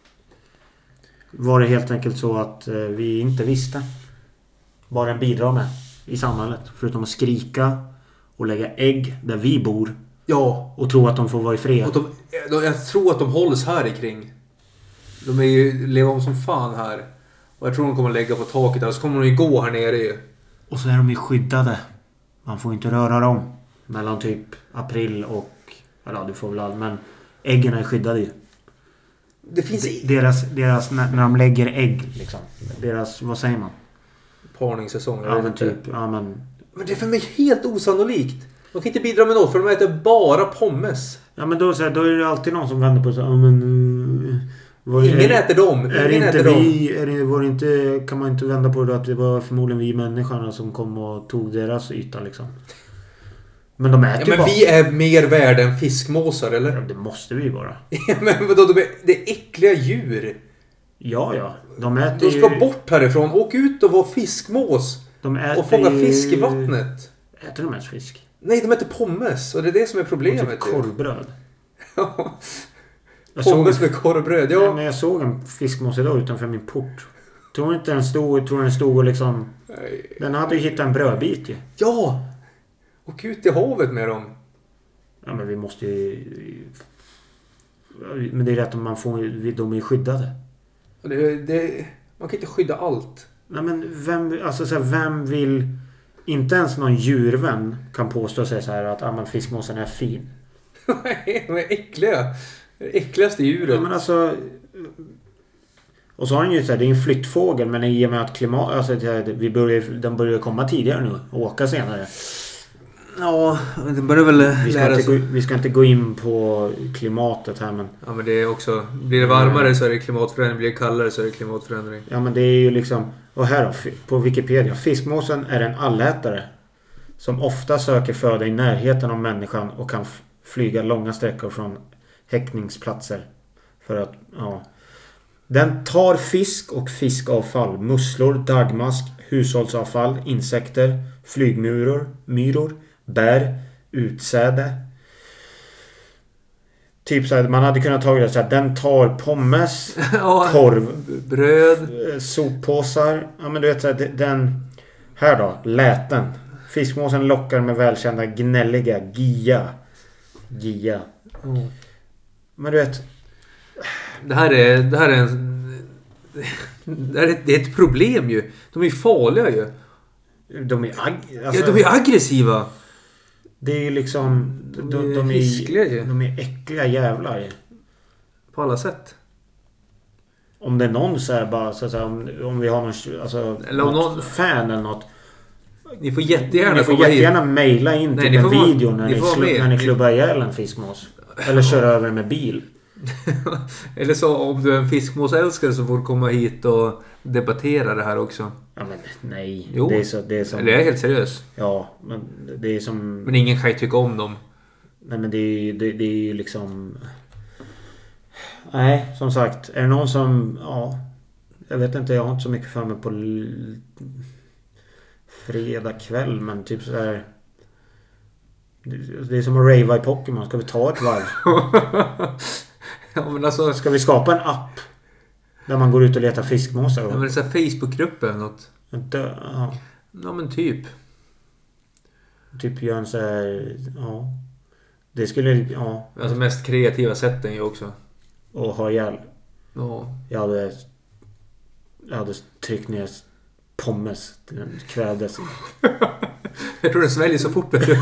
Var det helt enkelt så att eh, vi inte visste vad den bidrar med i samhället. Förutom att skrika och lägga ägg där vi bor. Ja. Och tro att de får vara i fred. Och de, de, jag tror att de hålls här i kring. De är ju, lever om som fan här. Och jag tror de kommer lägga på taket. Eller så kommer de ju gå här nere ju. Och så är de ju skyddade. Man får inte röra dem. Mellan typ april och... Eller du får väl all, men äggen är skyddade ju. Det finns... Deras, deras, när de lägger ägg liksom. Deras, vad säger man? Parningssäsong. Ja men typ, ja men... Men det är för mig helt osannolikt. De kan inte bidra med något för de äter bara pommes. Ja men då, så här, då är det alltid någon som vänder på sig. Ja men... Var, Ingen är, äter dem. Ingen är det inte äter vi, dem. Är det, var det inte, kan man inte vända på det att det var förmodligen vi människorna som kom och tog deras yta liksom. Men de äter ja, ju men bara. Vi är mer värda än fiskmåsar, eller? Ja, det måste vi vara. Men vadå, de är, det är äckliga djur. Ja, ja. De äter De ska ju... bort härifrån. Åk ut och vara fiskmås. De äter och fånga ju... fisk i vattnet. Äter de ens fisk? Nej, de äter pommes. Och det är det som är problemet. Typ korvbröd. Ja. Pommes med korvbröd, ja. Nej, men jag såg en fiskmås idag utanför min port. Tror inte den stod, tror den stod och liksom... Nej. Den hade ju hittat en brödbit ju. Ja! Och ut i havet med dem. Ja, men vi måste ju... Men det är rätt om man får... De är ju skyddade. Det, det, man kan inte skydda allt. Nej, men vem... Alltså så här, vem vill... Inte ens någon djurvän kan påstå sig så här att ah, men fiskmåsen är fin. Nej, de är äckliga. Det äckligaste djuret. Ja, men alltså... Och så har den ju så här, det är en flyttfågel, men i och med att klimat... Alltså, vi börjar, den börjar komma tidigare nu och åka senare. Ja, det börjar väl vi ska, inte gå, vi ska inte gå in på klimatet här, men... Ja, men det är också... Blir det varmare så är det klimatförändring. Blir det kallare så är det klimatförändring. Ja, men det är ju liksom... Och här då, på Wikipedia. Fiskmåsen är en allätare som ofta söker föda i närheten av människan och kan flyga långa sträckor från häckningsplatser. För att, ja... Den tar fisk och fiskavfall, musslor, dagmask, hushållsavfall, insekter, flygmyror, myror, bär, utsäde, Typ så här, man hade kunnat ta det så här, den tar pommes, ja, korv, bröd, soppåsar. Ja men du vet så här, den här då, läten. Fiskmåsen lockar med välkända gnälliga gia. Gia. Mm. Men du vet, det här är det här är en det är ett, det är ett problem ju. De är farliga ju. de är ag- alltså, Ja, de är aggressiva. Det är ju liksom de, de, de, är, de är äckliga jävlar. På alla sätt. Om det är någon så här bara så att säga, om, om vi har någon, alltså, eller något någon fan eller något. Ni får jättegärna Ni får jättegärna mejla in till en video när ni, slu- när ni klubbar ihjäl en fiskmås. Eller kör över med bil. Eller så om du är en fiskmåsälskare så får du komma hit och debattera det här också. Ja men nej. Jo. Det är så, det är som, Eller jag är helt seriös. Ja, men det är som... Men ingen kan ju tycka om dem. Nej men det är, det, det är ju liksom... Nej, som sagt. Är det någon som... Ja, jag vet inte, jag har inte så mycket för mig på l- fredag kväll, men typ så här. Det är som att rava i Pokémon. Ska vi ta ett varv? Ja, men alltså... Ska vi skapa en app där man går ut och letar fiskmåsar? Ja, men det är så här Facebookgrupper eller något. Inte, ja. Ja, men typ. Typ gör en så här... Ja. Det skulle... Ja. Alltså mest kreativa sätten ju också. Och ha ihjäl. Ja. Jag hade... Jag hade tryckt ner pommes. Den kvävdes. Jag tror den sväljer så fort. Nej.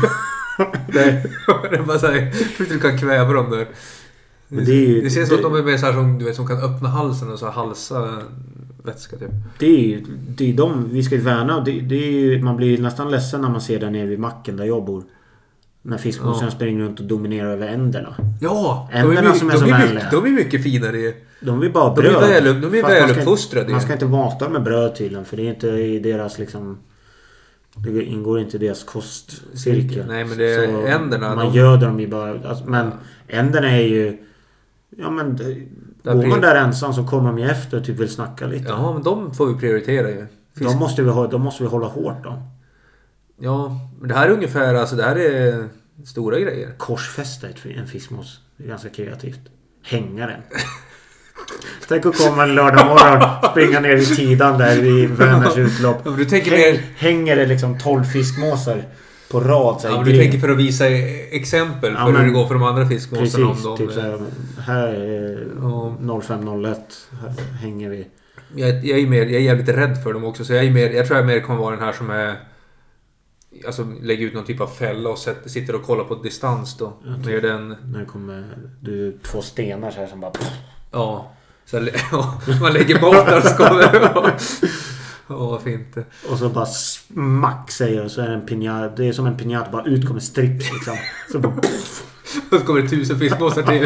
Det är bara så här, jag tror inte du kan kväva dem där. Men det, är ju, det ser det, som att de är mer så här som, du vet, som kan öppna halsen och så här halsa vätska typ. Det är ju det är de vi ska värna. Det, det är ju, man blir nästan ledsen när man ser där nere vid macken där jag bor. När fiskmåsen ja. springer runt och dominerar över änderna. Ja, änderna de är, som är de så är vänliga. mycket, de är mycket finare. De vill bara bröd. De är väl, de är väl uppfostrade. Man ska inte mata med bröd till dem, för det är inte i deras liksom... Det ingår inte i deras kostcirkel. Nej, men det är så änderna. Man de... göder dem ju bara. Alltså, men änderna är ju... Ja men... Går man där ensam så kommer de ju efter och typ vill snacka lite. Ja, men de får vi prioritera ju. De måste vi, ha, de måste vi hålla hårt om. Ja, men det här är ungefär... Alltså det här är stora grejer. Korsfästa en fiskmås. Det är ganska kreativt. Hänga den. Tänk att komma en lördag morgon, springa ner i tidan där vid Vänners utlopp. Ja, du tänker Häng, mer... Hänger det liksom tolv fiskmåsar på rad. Så ja, men du tänker för att visa exempel ja, för men, hur det går för de andra fiskmåsarna. Precis, om de, typ så här, här är ja. noll fem noll ett. Här hänger vi. Jag, jag, är mer, jag är jävligt rädd för dem också. Så jag, är mer, jag tror jag mer kommer vara den här som är... Alltså lägger ut någon typ av fälla och sätter, sitter och kollar på distans då. Okay. Med den... När det kommer du, två stenar så här som bara... Ja. Så här, ja, man lägger mat där och så kommer det. Ja, vad fint. Och så bara smack säger och så är det en pinjat. Det är som en pinjat, bara ut kommer strips liksom. Så bara... Och så kommer det tusen fiskmåsar till.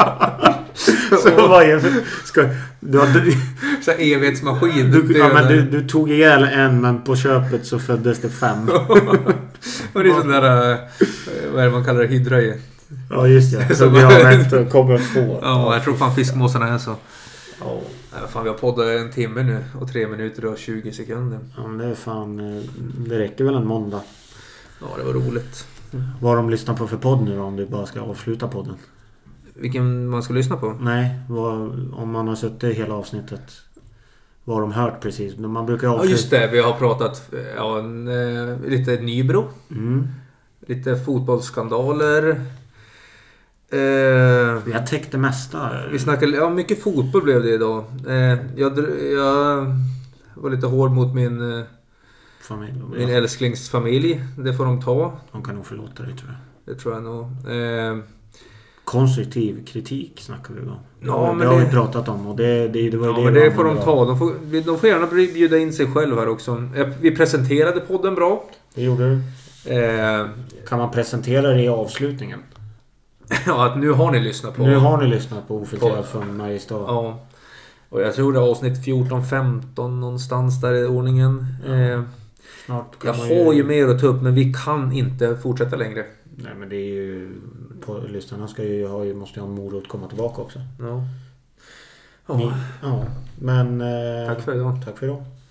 Så vad är ska du har du så här evighetsmaskin. Du, ja, men du, du tog ihjäl en, men på köpet så föddes det fem. Och det är sån där, vad är det man kallar det, hydra i. Ja just det. Så vi har rätt och kommer att få. Ja, jag tror fan fiskmåsarna är så. Ja. Ja, fan vi har poddat en timme nu och tre minuter och tjugo sekunder. Ja, men det är fan, det räcker väl en måndag. Ja, det var roligt. Vad de lyssnar på för podd nu då, om du bara ska avsluta podden? Vilken man ska lyssna på? Nej, vad, om man har suttit hela avsnittet. Vad har de hört precis? Man brukar avsluta... Ja just det, vi har pratat ja, en, lite Nybro. Mm. Lite fotbollsskandaler. Eh, vi har täckt det mesta. Vi snackade, ja mycket fotboll blev det idag. Eh, jag, jag var lite hård mot min... Familj. Min älsklingsfamilj. Det får de ta. De kan nog förlåta dig, tror jag. Det tror jag nog. Eh, Konstruktiv kritik snackar vi om. Ja, men det har det... vi pratat om. Och det, det, det var ja, det men det får de ta. De får, de får gärna bjuda in sig själv här också. Vi presenterade podden bra. Det gjorde du. Eh, kan man presentera det i avslutningen? Ja, att nu har ni lyssnat på... Nu har ni lyssnat på Ofiltrerat från Mariestad. Ja. Och jag tror det är avsnitt fjorton femton någonstans där i ordningen. Ja. Eh, Snart jag har ju mer att ta upp, men vi kan inte fortsätta längre. Nej, men det är ju... På, lyssnarna ska ju ha, måste ju ha en morot att komma tillbaka också. Ja. Ja. Ni, ja. Men... Eh, tack för idag. Tack för idag.